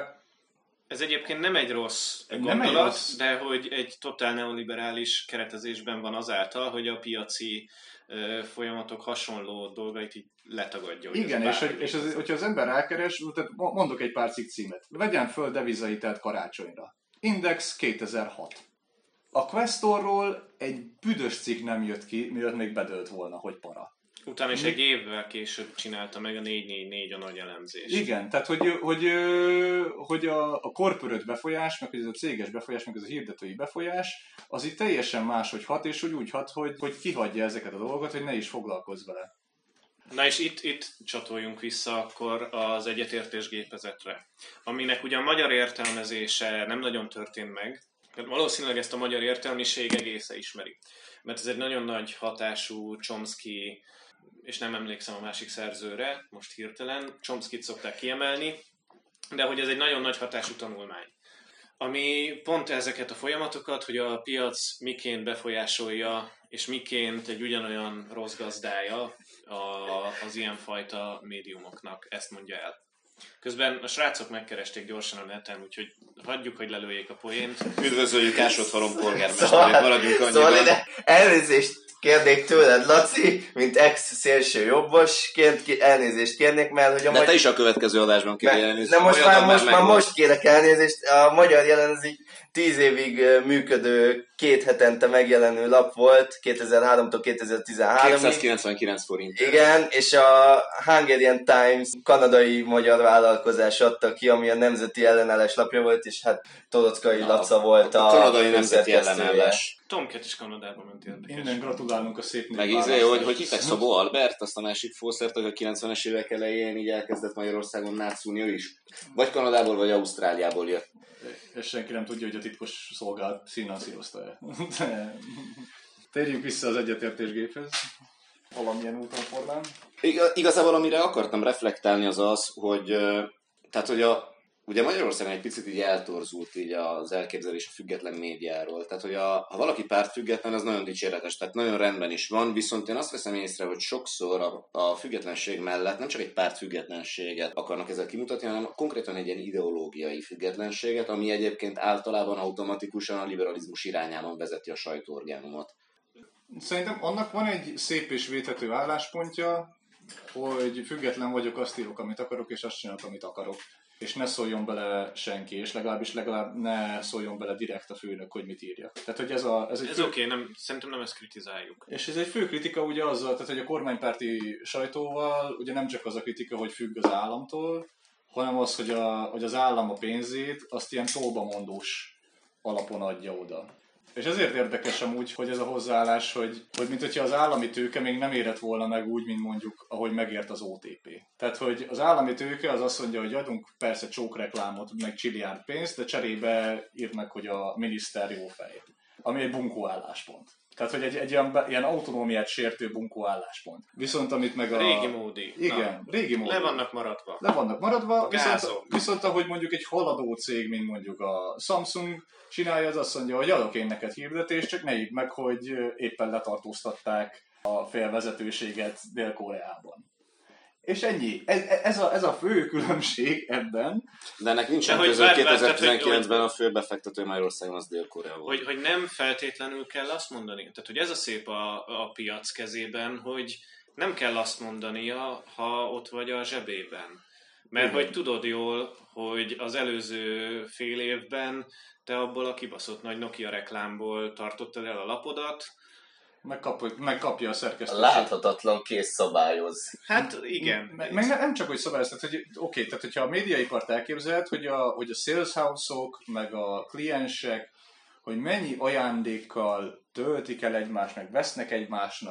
Ez egyébként nem egy rossz Nem gondolat, egy rossz. de hogy egy totál neoliberális keretezésben van azáltal, hogy a piaci ö, folyamatok hasonló dolgait így letagadja. hogy Igen, ez és, bármi. hogy, és az, hogyha az ember rákeres, tehát mondok egy pár cikk címet. Vegyen föl devizahitelt karácsonyra. Index kétezer-hat. A Questorról egy büdös cikk nem jött ki, mielőtt még bedőlt volna, hogy para. Utána is Mi- egy évvel később csinálta meg a négy négy négy a nagy elemzést. Igen, tehát hogy, hogy, hogy a, a corporate befolyás, meg ez a céges befolyás, meg ez a hirdetői befolyás, az itt teljesen máshogy hat, és hogy úgy hat, hogy, hogy kihagyja ezeket a dolgokat, hogy ne is foglalkozz vele. Na és itt, itt csatoljunk vissza akkor az egyetértés gépezetre, aminek ugyan magyar értelmezése nem nagyon történt meg, mert valószínűleg ezt a magyar értelmiség egésze ismeri. Mert ez egy nagyon nagy hatású Chomsky, és nem emlékszem a másik szerzőre, most hirtelen, Chomskyt szokták kiemelni, de hogy ez egy nagyon nagy hatású tanulmány. Ami pont ezeket a folyamatokat, hogy a piac miként befolyásolja, és miként egy ugyanolyan rossz gazdája a, az ilyenfajta médiumoknak, ezt mondja el. Közben a srácok megkeresték gyorsan a neten, úgyhogy hagyjuk, hogy lelőjék a poént. Üdvözöljük Ásodhalom polgármesterét, Szóval, maradjunk annyiban. szóval ide elnézést kérnék tőled, Laci, mint ex-szélső jobbosként elnézést kérnék, mert hogy a De magyar... te is a következő adásban kér elnézést. De most Olyat, már, amely most, már megvolt. most kérek elnézést. A Magyar Jelenzék tíz évig ö, működő, két hetente megjelenő lap volt, kétezer-háromtól kétezer-tizenháromig. kétszázkilencvenkilenc forint. Igen, és a Hungarian Times kanadai magyar vállalkozás adta ki, ami a nemzeti ellenállás lapja volt, és hát Torockai Na, Laca volt a, a kanadai nemzeti főszerkesztője. ellenállás. Tomcat is Kanadába ment érdekes. Innen gratulálunk a szép Meg népválasztáshoz. izé, hogy, hogy hívták Szabó Albert, azt a másik fószert, hogy a kilencvenes évek elején így elkezdett Magyarországon nátszúni ő is. Vagy Kanadából, vagy Ausztráliából jött. És senki nem tudja, hogy a titkos szolgálat finanszírozta-e. De térjünk vissza az egyetértésgéphez. Valamilyen úton formán. Iga- Igazából amire akartam reflektálni az az, hogy, ö, tehát, hogy a, ugye Magyarországon egy picit így eltorzult így az elképzelés a független médiáról. Tehát, hogy a, ha valaki pártfüggetlen, az nagyon dicséretes, tehát nagyon rendben is van, viszont én azt veszem észre, hogy sokszor a, a függetlenség mellett nem csak egy pártfüggetlenséget akarnak ezzel kimutatni, hanem konkrétan egy ilyen ideológiai függetlenséget, ami egyébként általában automatikusan a liberalizmus irányában vezeti a sajtóorgánumot. Szerintem annak van egy szép és védhető álláspontja, hogy független vagyok, azt írok, amit akarok, és azt csinálok, amit akarok. És ne szóljon bele senki, és legalábbis legalább ne szóljon bele direkt a főnök, hogy mit írjak. Tehát, hogy ez, a, ez egy Ez fő... oké, okay, nem, szerintem nem ezt kritizáljuk. És ez egy fő kritika ugye azzal, tehát, hogy a kormánypárti sajtóval ugye nem csak az a kritika, hogy függ az államtól, hanem az, hogy, a, hogy az állam a pénzét azt ilyen tolbamondós alapon adja oda. És ezért érdekes amúgy, hogy ez a hozzáállás, hogy, hogy mint hogyha az állami tőke még nem érett volna meg úgy, mint mondjuk, ahogy megért az o té pé. Tehát, hogy az állami tőke az azt mondja, hogy adunk persze csókreklámot, meg csilliárd pénzt, de cserébe ír meg, hogy a miniszter jó fej. Ami egy bunkó álláspont. Tehát, hogy egy, egy ilyen, ilyen autonómiát sértő bunkó álláspont. Viszont amit meg a... Régi módi. Igen, Na, régi módi. le vannak maradva. Le vannak maradva, viszont, Gázok. viszont ahogy mondjuk egy haladó cég, mint mondjuk a Samsung csinálja, az azt mondja, hogy adok én neked hirdetést, csak ne írd meg, hogy éppen letartóztatták a félvezetőséget Dél-Koreában. És ennyi. Ez, ez, a, ez a fő különbség ebben. De ennek nincsen De hogy között, várj, várj, kétezer-tizenkilencben a fő befektető Magyarországon az Dél-Korea volt. Hogy, hogy nem feltétlenül kell azt mondani. Tehát, hogy ez a szép a, a piac kezében, hogy nem kell azt mondania, ha ott vagy a zsebében. Mert Igen. hogy tudod jól, hogy az előző fél évben te abból a kibaszott nagy Nokia reklámból tartottad el a lapodat. Megkap, megkapja a A szerkesztőség. láthatatlan kész szabályoz. Hát igen. Meg, meg nem csak, hogy szabályoztat, hogy oké, okay, tehát hogyha a médiaipart elképzeled, hogy a, hogy a sales house-ok, meg a kliensek, hogy mennyi ajándékkal töltik el egymást, meg vesznek egymásnak,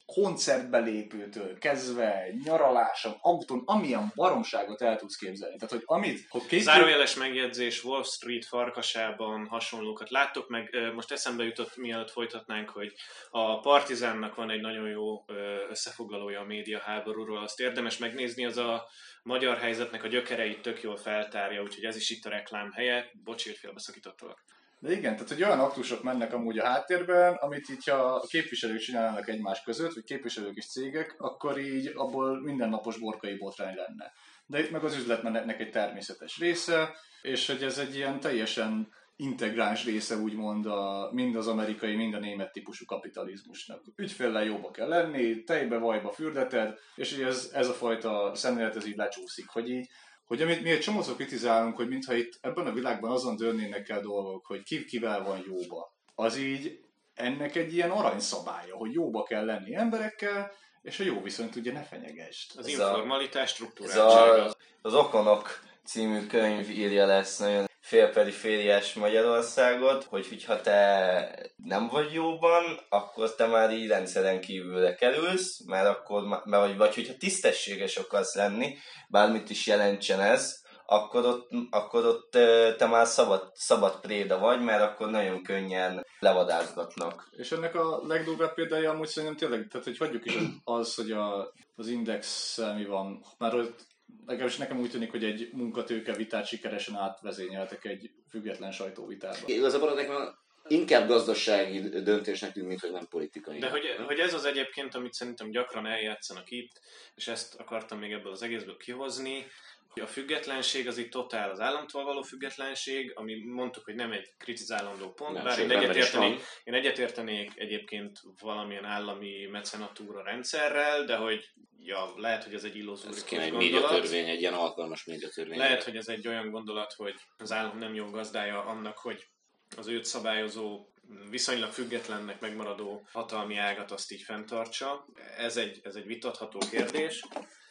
koncertbelépőtől kezdve, nyaraláson, autón, amilyen baromságot el tudsz képzelni. Tehát, hogy amit... Hogy két... Zárójeles megjegyzés, Wall Street farkasában hasonlókat láttok, meg most eszembe jutott, mielőtt folytatnánk, hogy a Partizánnak van egy nagyon jó összefoglalója a médiaháborúról, azt érdemes megnézni, az a magyar helyzetnek a gyökereit tök jól feltárja, úgyhogy ez is itt a reklám helye. Bocs, hogy félbeszakítottalak. De igen, tehát hogy olyan aktusok mennek amúgy a háttérben, amit így ha a képviselők csinálnak egymás között, vagy képviselők és cégek, akkor így abból mindennapos borkai botrány lenne. De itt meg az üzletmenetnek egy természetes része, és hogy ez egy ilyen teljesen integráns része úgymond a, mind az amerikai, mind a német típusú kapitalizmusnak. Ügyféllel jóba kell lenni, tejbe, vajba fürdeted, és hogy ez, ez a fajta szemlélet ez így lecsúszik, hogy így hogy amit mi egy csomószor kritizálunk, hogy mintha itt ebben a világban azon dőlnének el dolgok, hogy ki kivel van jóba. Az így ennek egy ilyen aranyszabálya, hogy jóba kell lenni emberekkel, és a jó viszonyt ugye ne fenyegesd. Az ez informalitás struktúráltsága. Az, az Okonok című könyv írja lesz nagyon félperifériás Magyarországot, hogy hogyha te nem vagy jóban, akkor te már így rendszeren kívülre kerülsz, mert akkor, mert vagy, vagy hogyha tisztességes akarsz lenni, bármit is jelentsen ez, akkor ott, akkor ott te már szabad, szabad préda vagy, mert akkor nagyon könnyen levadázgatnak. És ennek a legdurvább példája amúgy szerintem tényleg, tehát hogy hagyjuk is az, hogy a, az index mi van, már ott legalábbis nekem úgy tűnik, hogy egy munkatőke vitát sikeresen átvezényeltek egy független sajtóvitába. Igazából nekem inkább gazdasági döntésnek tűnik, mint hogy nem politikai. De hogy, hogy ez az egyébként, amit szerintem gyakran eljátszanak itt, és ezt akartam még ebből az egészből kihozni, hogy a függetlenség az itt totál az államtól való függetlenség, ami mondtuk, hogy nem egy kritizálandó pont, nem, bár én egyetértenék, én egyetértenék egyébként valamilyen állami mecenatúra rendszerrel, de hogy ja, lehet, hogy ez egy illuzórikus gondolat. Ez egy médiatörvény, egy ilyen alkalmas médiatörvény. Lehet, hogy ez egy olyan gondolat, hogy az állam nem jó gazdája annak, hogy az őt szabályozó, viszonylag függetlennek megmaradó hatalmi ágat azt így fenntartsa. Ez egy, ez egy vitatható kérdés.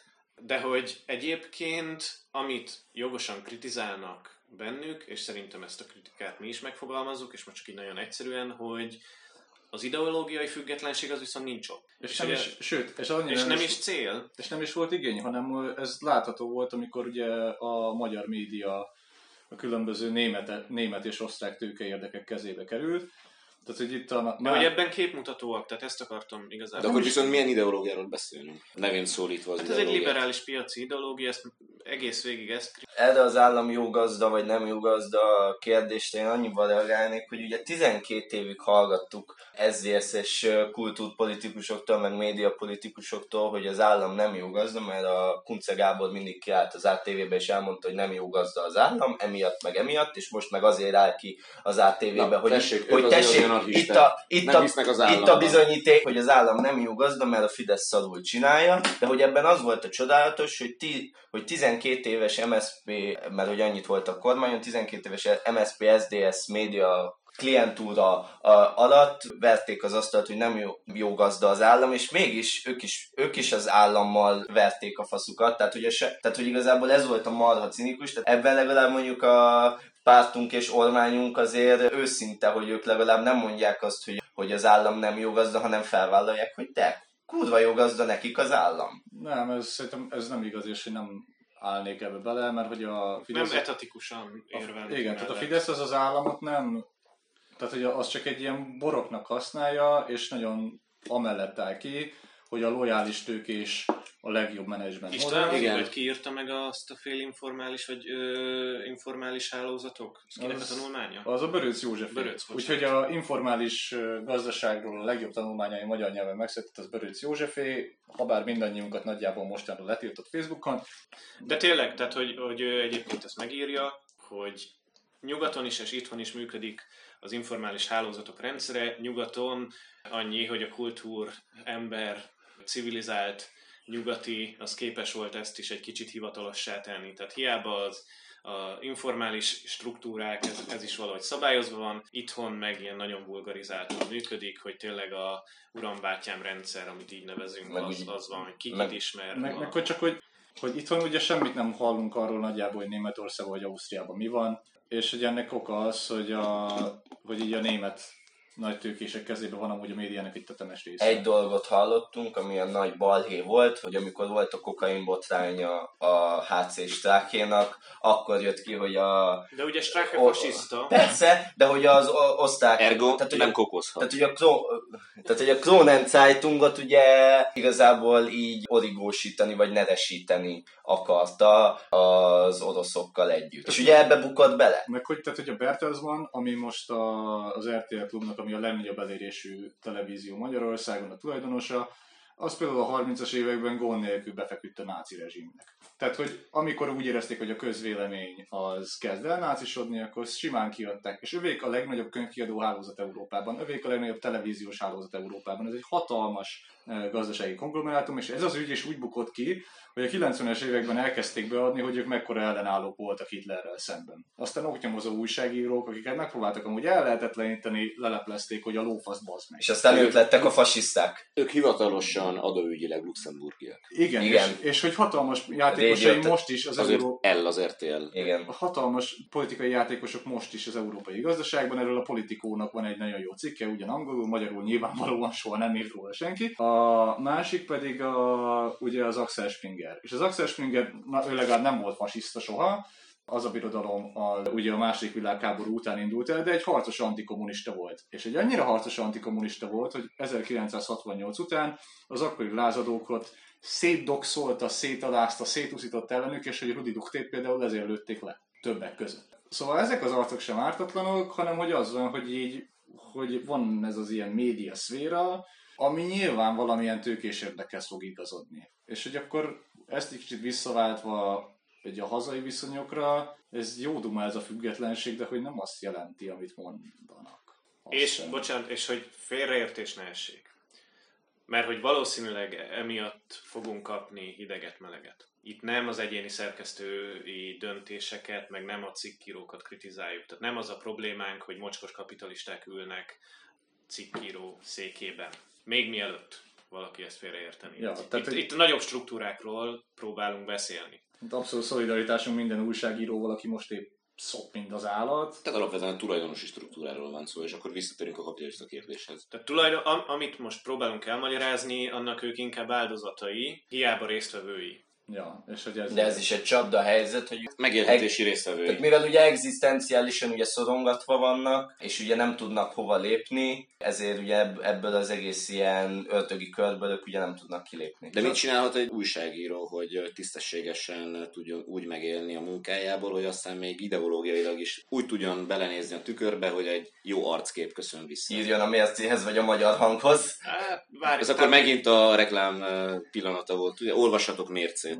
De hogy egyébként, amit jogosan kritizálnak bennük, és szerintem ezt a kritikát mi is megfogalmazzuk, és most csak így nagyon egyszerűen, hogy az ideológiai függetlenség az viszont nincs ott. És, és, nem, is, sőt, és, és nem, nem is, is cél. És nem is volt igény, hanem ez látható volt, amikor ugye a magyar média a különböző német, német és osztrák tőkeérdekek kezébe került. Tehát, hogy itt a... De hogy ebben képmutatóak, tehát ezt akartam igazából. De akkor viszont milyen ideológiáról beszélünk? Nevén szólítva az hát ez egy liberális piaci ideológia, ezt egész végig ezt... Erre az állam jó gazda vagy nem jó gazda kérdést én annyival reagálnék, hogy ugye tizenkét évig hallgattuk ezért és kultúrpolitikusoktól, meg médiapolitikusoktól, hogy az állam nem jó gazda, mert a Kunce Gábor mindig kiállt az á té vé-be és elmondta, hogy nem jó gazda az állam, emiatt meg emiatt, és most meg azért áll ki az á té vé-be, Na, hogy tessék, hogy tessék itt, a, itt, a, itt a bizonyíték, hogy az állam nem jó gazda, mert a Fidesz szarul csinálja, de hogy ebben az volt a csodálatos, hogy, ti, hogy tizenkét éves em es zé pé, mert hogy annyit volt a kormányon, tizenkét éves em es zé pé es dé es média klientúra alatt verték az asztalt, hogy nem jó, jó gazda az állam, és mégis ők is, ők is az állammal verték a faszukat, tehát hogy, se, tehát hogy igazából ez volt a marha cinikus, tehát ebben legalább mondjuk a pártunk és ormányunk azért őszinte, hogy ők legalább nem mondják azt, hogy, hogy az állam nem jó gazda, hanem felvállalják, hogy de, kurva jó gazda nekik az állam. Nem, ez, szerintem ez nem igaz, és én nem állnék ebbe bele, mert hogy a Fidesz... Nem etatikusan érvelni. Igen, tehát a Fidesz az az államot nem... Tehát, hogy az csak egy ilyen boroknak használja, és nagyon amellett áll ki, hogy a lojális tőkés a legjobb menedzsment. István, igen, hogy ki írta meg azt a félinformális vagy ö, informális hálózatok? Ez kinek a tanulmánya? Az a Böröc József. Úgyhogy a informális gazdaságról a legjobb tanulmányai magyar nyelven megszületett az Böröc Józsefé, habár mindannyiunkat nagyjából mostanra letiltott Facebookon. De tényleg, tehát hogy, hogy egyébként ezt megírja, hogy nyugaton is és itthon is működik az informális hálózatok rendszere. Nyugaton annyi, hogy a kultúr, ember, civilizált, nyugati, az képes volt ezt is egy kicsit hivatalossá tenni. Tehát hiába az a informális struktúrák, ez, ez is valahogy szabályozva van, itthon meg ilyen nagyon vulgarizáltan működik, hogy tényleg a urambátyám rendszer, amit így nevezünk, meg az, az van, hogy ki meg, ismer. Meg, meg hogy csak, hogy, hogy itthon ugye semmit nem hallunk arról nagyjából, hogy Németországban vagy Ausztriában mi van, és hogy ennek oka az, hogy, a, hogy így a német nagy tőkések kezében van amúgy a médiának egy tetemes része. Egy dolgot hallottunk, ami a nagy balhé volt, hogy amikor volt a kokain botránya a há cé Strákénak, akkor jött ki, hogy a... De ugye Strache o- fasiszta. Persze, de hogy az o- oszták... Ergo tehát, hogy nem a- kokózhat. Tehát, hogy a, Kro- tehát, hogy a Kronen Zeitungot ugye igazából így origósítani, vagy neresíteni akarta az oroszokkal együtt. És ugye ebbe bukott bele. Meg hogy, tehát, hogy a Bertelsmann, ami most a, az er té el Klubnak, ami a legnagyobb elérésű televízió Magyarországon a tulajdonosa, az például a harmincas években gond nélkül befeküdt a náci rezsimnek. Tehát, hogy amikor úgy érezték, hogy a közvélemény az kezd el nácisodni, akkor simán kiadták. És övék a legnagyobb könyvkiadó hálózat Európában, övék a legnagyobb televíziós hálózat Európában. Ez egy hatalmas eh, gazdasági konglomerátum, és ez az ügy is úgy bukott ki, hogy a kilencvenes években elkezdték beadni, hogy ők mekkora ellenállók voltak Hitlerrel szemben. Aztán oknyomozó újságírók, akiket megpróbáltak amúgy ellehetetleníteni, leleplezték, hogy a lófasz bazd meg. És aztán ők lettek a fasiszták. Ők hivatalosan adóügyileg luxemburgiak. Igen, Igen. És, és hogy hatalmas játékosai Radio- most is az Azért Euró... L az er té el. Igen. A hatalmas politikai játékosok most is az európai gazdaságban, erről a Politikónak van egy nagyon jó cikke, ugyan angolul, magyarul nyilvánvalóan soha nem írt róla senki. A másik pedig a, ugye az Axel Springer. És az Axel Springer, na, ő legalább nem volt fasiszta soha, az a birodalom a, ugye a második világháború után indult el, de egy harcos antikommunista volt. És egy annyira harcos antikommunista volt, hogy ezerkilencszázhatvannyolc után az akkori lázadókat szétdoxolta, szétalázta, szétuszított ellenük, és hogy Rudi Duterte például ezért lőtték le, többek között. Szóval ezek az arcok sem ártatlanok, hanem hogy az van, hogy így, hogy van ez az ilyen média szféra, ami nyilván valamilyen tőkés érdekhez fog igazodni. És hogy akkor ezt egy kicsit visszaváltva egy a hazai viszonyokra, ez jó duma ez a függetlenség, de hogy nem azt jelenti, amit mondanak. Azt És, sem. bocsánat, és hogy félreértés ne essék. Mert hogy valószínűleg emiatt fogunk kapni hideget-meleget. Itt nem az egyéni szerkesztői döntéseket, meg nem a cikkírókat kritizáljuk. Tehát nem az a problémánk, hogy mocskos kapitalisták ülnek cikkíró székében. Még mielőtt valaki ezt félreérteni. Ja, tehát itt, egy- itt nagyobb struktúrákról próbálunk beszélni. Abszolút szolidaritásunk minden újságíróval, aki most épp szop, mint az állat. Tehát alapvetően a tulajdonosi struktúráról van szó, és akkor visszatérünk a kapitalista kérdéshez. Tehát tulajdon, am, amit most próbálunk elmagyarázni, annak ők inkább áldozatai, hiába résztvevői. Ja, és hogy ez... De ez is egy csapda helyzet, hogy Megélhetési résztvevői. tehát mivel ugye egzisztenciálisan ugye szorongatva vannak, és ugye nem tudnak hova lépni, ezért ugye ebb- ebből az egész ilyen ördögi körből ők ugye nem tudnak kilépni. De mit csinálhat egy újságíró, hogy tisztességesen tudjon úgy megélni a munkájából, hogy aztán még ideológiailag is úgy tudjon belenézni a tükörbe, hogy egy jó arckép köszön vissza. Írjon a Mércéhez vagy a Magyar Hanghoz. Hát, várj, Ez akkor megint a reklám eh, pillanata volt. Ugye, olvassatok Mércét.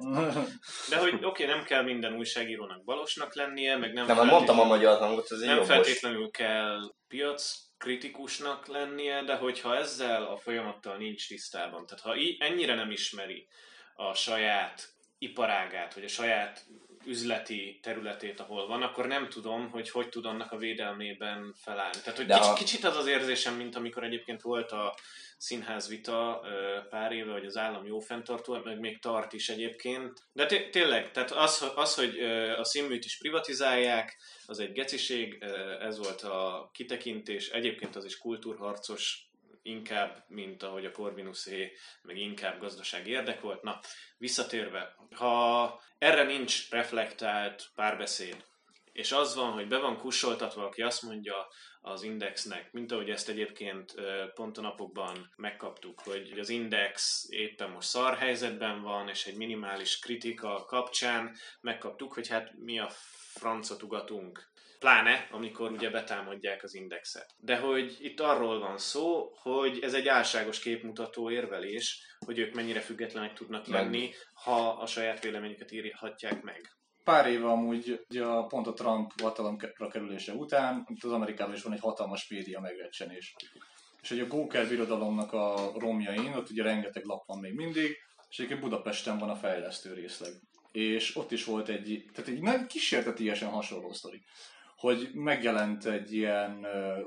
De hogy oké, okay, nem kell minden újságírónak balosnak lennie, meg nem, Nem, hát mondtam a Magyar Hangot, ez egy nem jobbos. feltétlenül kell piac kritikusnak lennie, de hogyha ezzel a folyamattal nincs tisztában, tehát ha í- ennyire nem ismeri a saját iparágát, vagy a saját üzleti területét, ahol van, akkor nem tudom, hogy hogy tud annak a védelmében felállni. Tehát, hogy De kicsit, ha- kicsit az az érzésem, mint amikor egyébként volt a színházvita ö, pár éve, hogy az állam jó fenntartó, meg még tart is egyébként. De té- tényleg, tehát az, az, hogy ö, a színműt is privatizálják, az egy geciség, ö, ez volt a kitekintés, egyébként az is kultúrharcos, inkább, mint ahogy a Corvinuszé, meg inkább gazdasági érdek volt. Na, visszatérve, ha erre nincs reflektált párbeszéd, és az van, hogy be van kussoltatva, aki azt mondja az Indexnek, mint ahogy ezt egyébként pont a napokban megkaptuk, hogy az Index éppen most szar helyzetben van, és egy minimális kritika kapcsán megkaptuk, hogy hát mi a francot ugatunk. Pláne, amikor ugye betámadják az Indexet. De hogy itt arról van szó, hogy ez egy álságos képmutató érvelés, hogy ők mennyire függetlenek tudnak lenni, ha a saját véleményüket írhatják meg. Pár éve amúgy ugye a, pont a Trump hatalomra kerülése után, itt az Amerikában is van egy hatalmas média megrecsenés. És hogy a Gawker birodalomnak a romjain, ott ugye rengeteg lap van még mindig, és egyébként Budapesten van a fejlesztő részleg. És ott is volt egy, tehát egy nagy kísértetiesen hasonló sztori, hogy megjelent egy ilyen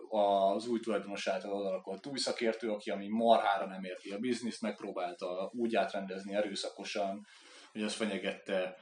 az új tulajdonos által odalakolt új szakértő, aki ami marhára nem érti a bizniszt, megpróbálta úgy átrendezni erőszakosan, hogy ez fenyegette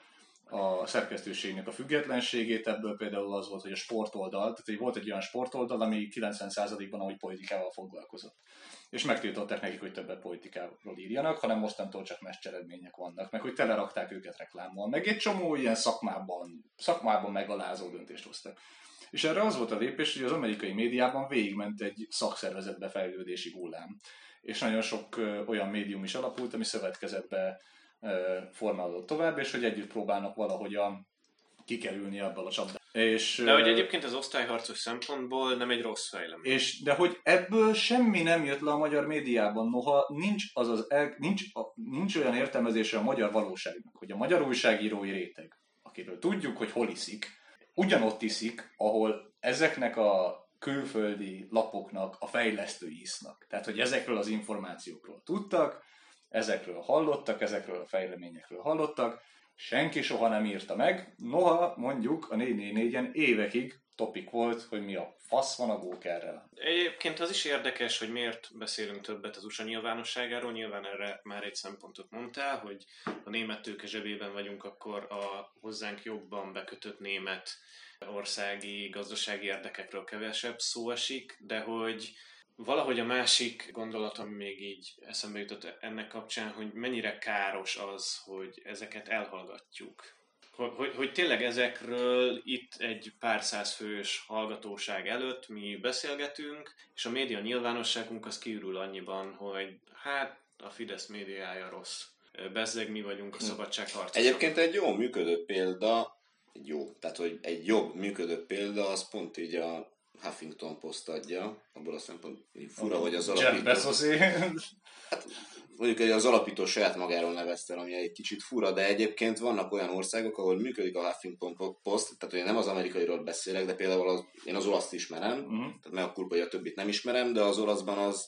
a szerkesztőségnek a függetlenségét, ebből például az volt, hogy a sportoldal, tehát volt egy olyan sportoldal, ami kilencven százalékban ahogy politikával foglalkozott. És megtiltották nekik, hogy többet politikáról írjanak, hanem mostantól csak meccseredmények vannak, meg hogy telerakták őket reklámmal, meg egy csomó ilyen szakmában, szakmában megalázó döntést hoztak. És erre az volt a lépés, hogy az amerikai médiában végigment egy szakszervezetbe fejlődési hullám. És nagyon sok ö, olyan médium is alapult, ami szövetkezetbe ö, formálódott tovább, és hogy együtt próbálnak valahogyan kikerülni ebből a csapdából. És, de hogy egyébként az osztályharcos szempontból nem egy rossz fejlemény. És, de hogy ebből semmi nem jött le a magyar médiában, noha nincs, az az el, nincs, a, nincs olyan értelmezése a magyar valóságnak, hogy a magyar újságírói réteg, akiről tudjuk, hogy hol iszik, ugyanott iszik, ahol ezeknek a külföldi lapoknak a fejlesztői isznak. Tehát, hogy ezekről az információkról tudtak, ezekről hallottak, ezekről a fejleményekről hallottak, senki soha nem írta meg, noha mondjuk a négy négy négyen évekig topik volt, hogy mi a fasz van a Gókerrel. Egyébként az is érdekes, hogy miért beszélünk többet az u es á nyilvánosságáról, nyilván erre már egy szempontot mondtál, hogy a német tőke zsebében vagyunk, akkor a hozzánk jobban bekötött német országi, gazdasági érdekekről kevesebb szó esik, de hogy valahogy a másik gondolat, ami még így eszembe jutott ennek kapcsán, hogy mennyire káros az, hogy ezeket elhallgatjuk. Hogy, hogy, hogy tényleg ezekről itt egy pár száz fős hallgatóság előtt mi beszélgetünk, és a média nyilvánosságunk az kiürül annyiban, hogy hát a Fidesz médiája rossz. Bezzeg mi vagyunk a szabadságharcosok. Egyébként egy jó működő példa, jó, tehát hogy egy jobb működő példa, az pont így a Huffington Post adja, abból a szempontból fura, hogy az alapító... Hát, mondjuk, hogy az alapító saját magáról nevezte, ami egy kicsit fura, de egyébként vannak olyan országok, ahol működik a Huffington Post, tehát hogy nem az amerikairól beszélek, de például az, én az olaszt ismerem, uh-huh. tehát meg a kurva, a többit nem ismerem, de az olaszban az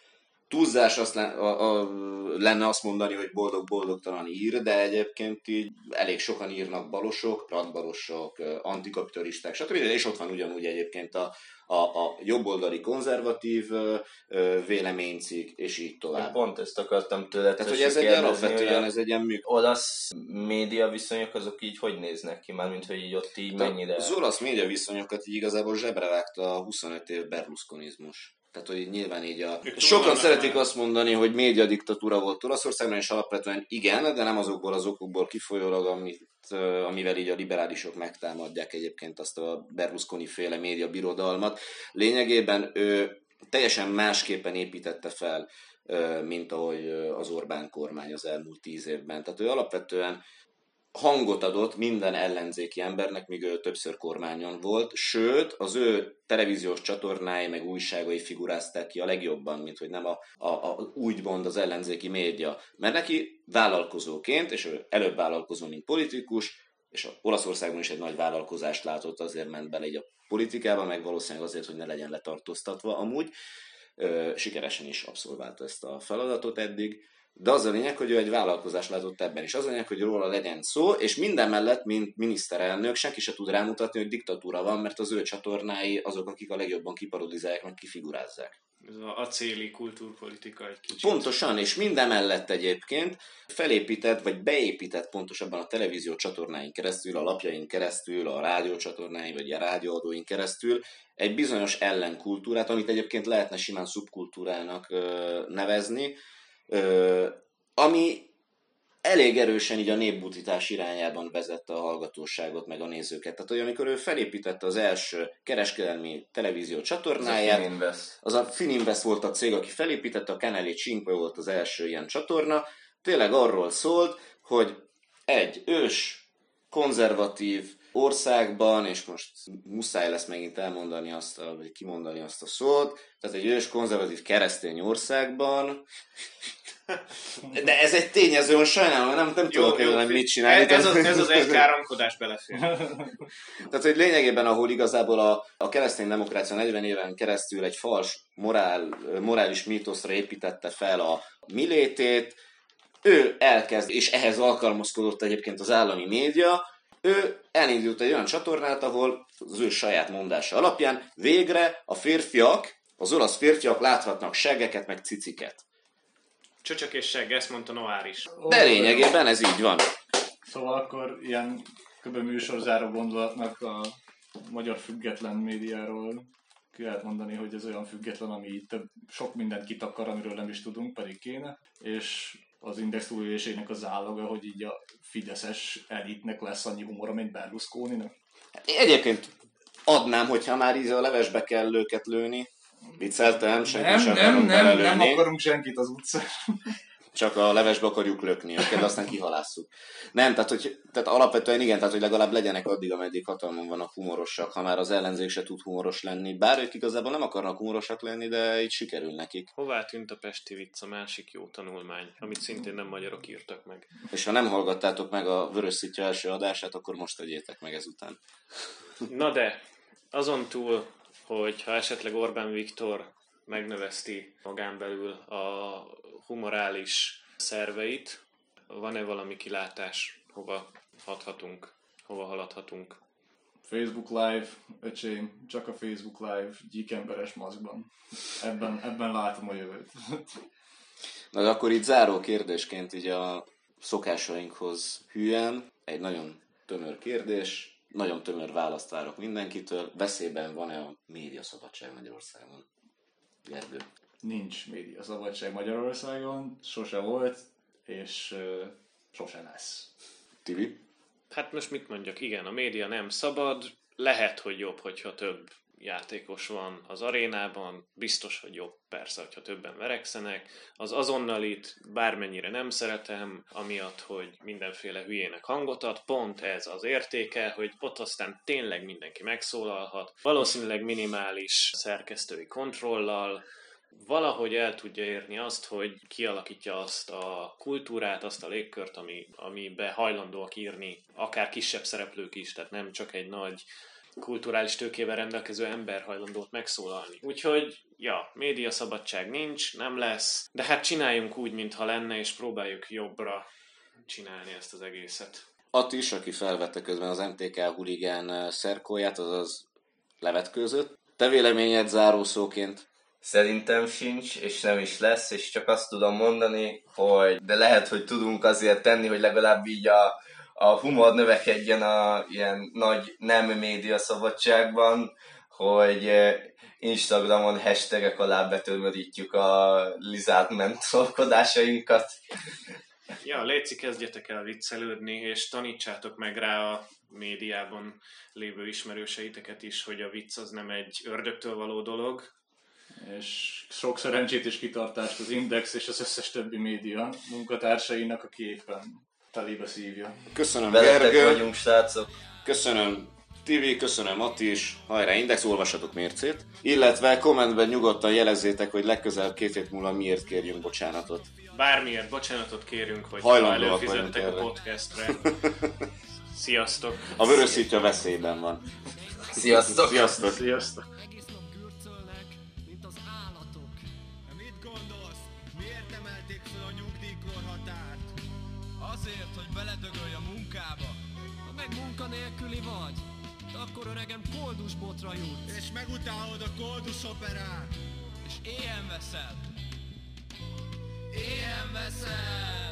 túlzás azt lenne, a, a, lenne azt mondani, hogy boldog-boldogtalan ír, de egyébként így elég sokan írnak balosok, radbalosok, antikapitalisták, stb. És ott van ugyanúgy egyébként a, a, a jobboldali konzervatív véleménycikk, és így tovább. Pont ezt akartam tőled. Tehát, hogy ez egy alapvetően, ez egy ilyen műk. Olasz média viszonyok azok így hogy néznek ki? Mármint, hogy így ott így mennyire... Az olasz média viszonyokat így igazából zsebre vágta a huszonöt év berlusconizmus. Tehát, hogy nyilván így a... Sokan szeretik azt mondani, hogy média diktatúra volt Olaszországban, és alapvetően igen, de nem azokból az okokból kifolyólag, amit, amivel így a liberálisok megtámadják egyébként azt a Berlusconi-féle média birodalmat. Lényegében ő teljesen másképpen építette fel, mint ahogy az Orbán kormány az elmúlt tíz évben. Tehát ő alapvetően hangot adott minden ellenzéki embernek, míg ő többször kormányon volt, sőt, az ő televíziós csatornái meg újságai figurázták ki a legjobban, mint hogy nem a, a, a úgymond az ellenzéki média. Mert neki vállalkozóként, és ő előbb vállalkozó, mint politikus, és a Olaszországban is egy nagy vállalkozást látott, azért ment bele így a politikába, meg valószínűleg azért, hogy ne legyen letartóztatva amúgy. Ö, sikeresen is abszolválta ezt a feladatot eddig. De az a lényeg, hogy ő egy vállalkozást látott ebben is. Az a lényeg, hogy róla legyen szó, és minden mellett, mint miniszterelnök, senki se tud rámutatni, hogy diktatúra van, mert az ő csatornái azok, akik a legjobban kiparodizálják, meg kifigurázzák. Ez az acéli kultúrpolitika egy kicsit. Pontosan, és minden mellett egyébként felépített, vagy beépített pontosabban a televízió csatornáin keresztül, a lapjain keresztül, a rádiócsatornáin, vagy a rádióadóin keresztül egy bizonyos ellenkultúrát, amit egyébként lehetne simán szubkultúrának ö, nevezni, Ö, ami elég erősen így a népbutítás irányában vezette a hallgatóságot, meg a nézőket. Tehát, hogy amikor ő felépítette az első kereskedelmi televízió csatornáját, az a Fininvest. az a Fininvest volt a cég, aki felépítette, a Canale cinque volt az első ilyen csatorna, tényleg arról szólt, hogy egy ős, konzervatív országban, és most muszáj lesz megint elmondani azt, a, vagy kimondani azt a szót, tehát egy ős, konzervatív, keresztény országban, de ez egy tényező, sajnálom, nem, nem jó, tudok jó, mit csinálni. Ez, az, ez az egy káromkodás belefér. Tehát, hogy lényegében, ahol igazából a, a keresztény demokrácia negyven éven keresztül egy fals morál, morális mítoszra építette fel a milétét, ő elkezd, és ehhez alkalmazkodott egyébként az állami média, ő elindult egy olyan csatornát, ahol az ő saját mondása alapján végre a férfiak, az olasz férfiak láthatnak seggeket, meg ciciket. Csöcsök és segg, ezt mondta Noár is. De lényegében ez így van. Szóval akkor ilyen kb. Műsorzáró gondolatnak a magyar független médiáról ki lehet mondani, hogy ez olyan független, ami több, sok mindent kitakar, amiről nem is tudunk, pedig kéne, és az Index túlélésének az állaga, hogy így a fideszes elitnek lesz annyi humora, mint Berlusconinak. Egyébként adnám, hogyha már így a levesbe kell őket lőni. Vicceltem, senki Nem, sem nem, akarunk nem, nem belelőni. akarunk senkit az utcán. Csak a levesbe akarjuk lökni, őket aztán kihalásszuk. Nem, tehát, hogy, tehát alapvetően igen, tehát hogy legalább legyenek addig, ameddig hatalmon vannak humorosak, ha már az ellenzék se tud humoros lenni. Bár ők igazából nem akarnak humorosak lenni, de így sikerül nekik. Hová tűnt a pesti vicc, a másik jó tanulmány, amit szintén nem magyarok írtak meg. És ha nem hallgattátok meg a Vörös Szitja első adását, akkor most tegyétek meg ezután. Na de, azon túl, hogy ha esetleg Orbán Viktor megnöveszti magán belül a humorális szerveit, van-e valami kilátás, hova hathatunk, hova haladhatunk? Facebook Live, öcsém, csak a Facebook Live, gyíkemberes maszkban. Ebben, ebben látom a jövőt. Na de akkor itt záró kérdésként így a szokásainkhoz hülyen, egy nagyon tömör kérdés, nagyon tömör választ várok mindenkitől. Veszélyben van-e a médiaszabadság Magyarországon? Gergő. Nincs média szabadság Magyarországon, sose volt, és uh, sose lesz. Tibi? Hát most mit mondjak, igen, a média nem szabad, lehet, hogy jobb, hogyha több játékos van az arénában, biztos, hogy jobb persze, hogyha többen verekszenek. Az azonnalit bármennyire nem szeretem, amiatt, hogy mindenféle hülyének hangot ad, pont ez az értéke, hogy ott aztán tényleg mindenki megszólalhat, valószínűleg minimális szerkesztői kontrollal, valahogy el tudja érni azt, hogy kialakítja azt a kultúrát, azt a légkört, ami, amibe hajlandóak írni, akár kisebb szereplők is, tehát nem csak egy nagy kulturális tőkével rendelkező ember hajlandót megszólalni. Úgyhogy, ja, médiaszabadság nincs, nem lesz, de hát csináljunk úgy, mintha lenne, és próbáljuk jobbra csinálni ezt az egészet. Attis, aki felvette közben az em té ká huligán szerkóját, azaz levetkőzött. Te véleményed zárószóként? Szerintem sincs, és nem is lesz, és csak azt tudom mondani, hogy de lehet, hogy tudunk azért tenni, hogy legalább így a, a humor növekedjen a ilyen nagy nem média szabadságban, hogy Instagramon hashtagek alá betömörítjük a lizált mentolkodásainkat. Ja, léci, kezdjetek el viccelődni, és tanítsátok meg rá a médiában lévő ismerőseiteket is, hogy a vicc az nem egy ördögtől való dolog. És sok szerencsét és kitartást az Index és az összes többi média munkatársainak, aki éppen telébe szívja. Köszönöm, Veletek Gergő. vagyunk, srácok. Köszönöm, Tibi, köszönöm, Attis. Hajrá, Index, olvassatok mércét. Illetve kommentben nyugodtan jelezzétek, hogy legközelebb két hét múlva miért kérjünk bocsánatot. Bármiért bocsánatot kérünk, hogy Hajlandóak előfizettek a vagyunk erre. podcastre. Sziasztok! A Vörös Szitja veszélyben van. Sziasztok! Sziasztok! Sziasztok! Egész nap gürcölnek, mint az állatok. Mit gondolsz? Miért emelték fel a nyugdíjkorhatárt? Azért, hogy beledögölj a munkába. Ha meg munkanélküli vagy, akkor öregem koldusbotra jutsz. És megutálod a koldus operát. És éhen veszel. Éhen veszel.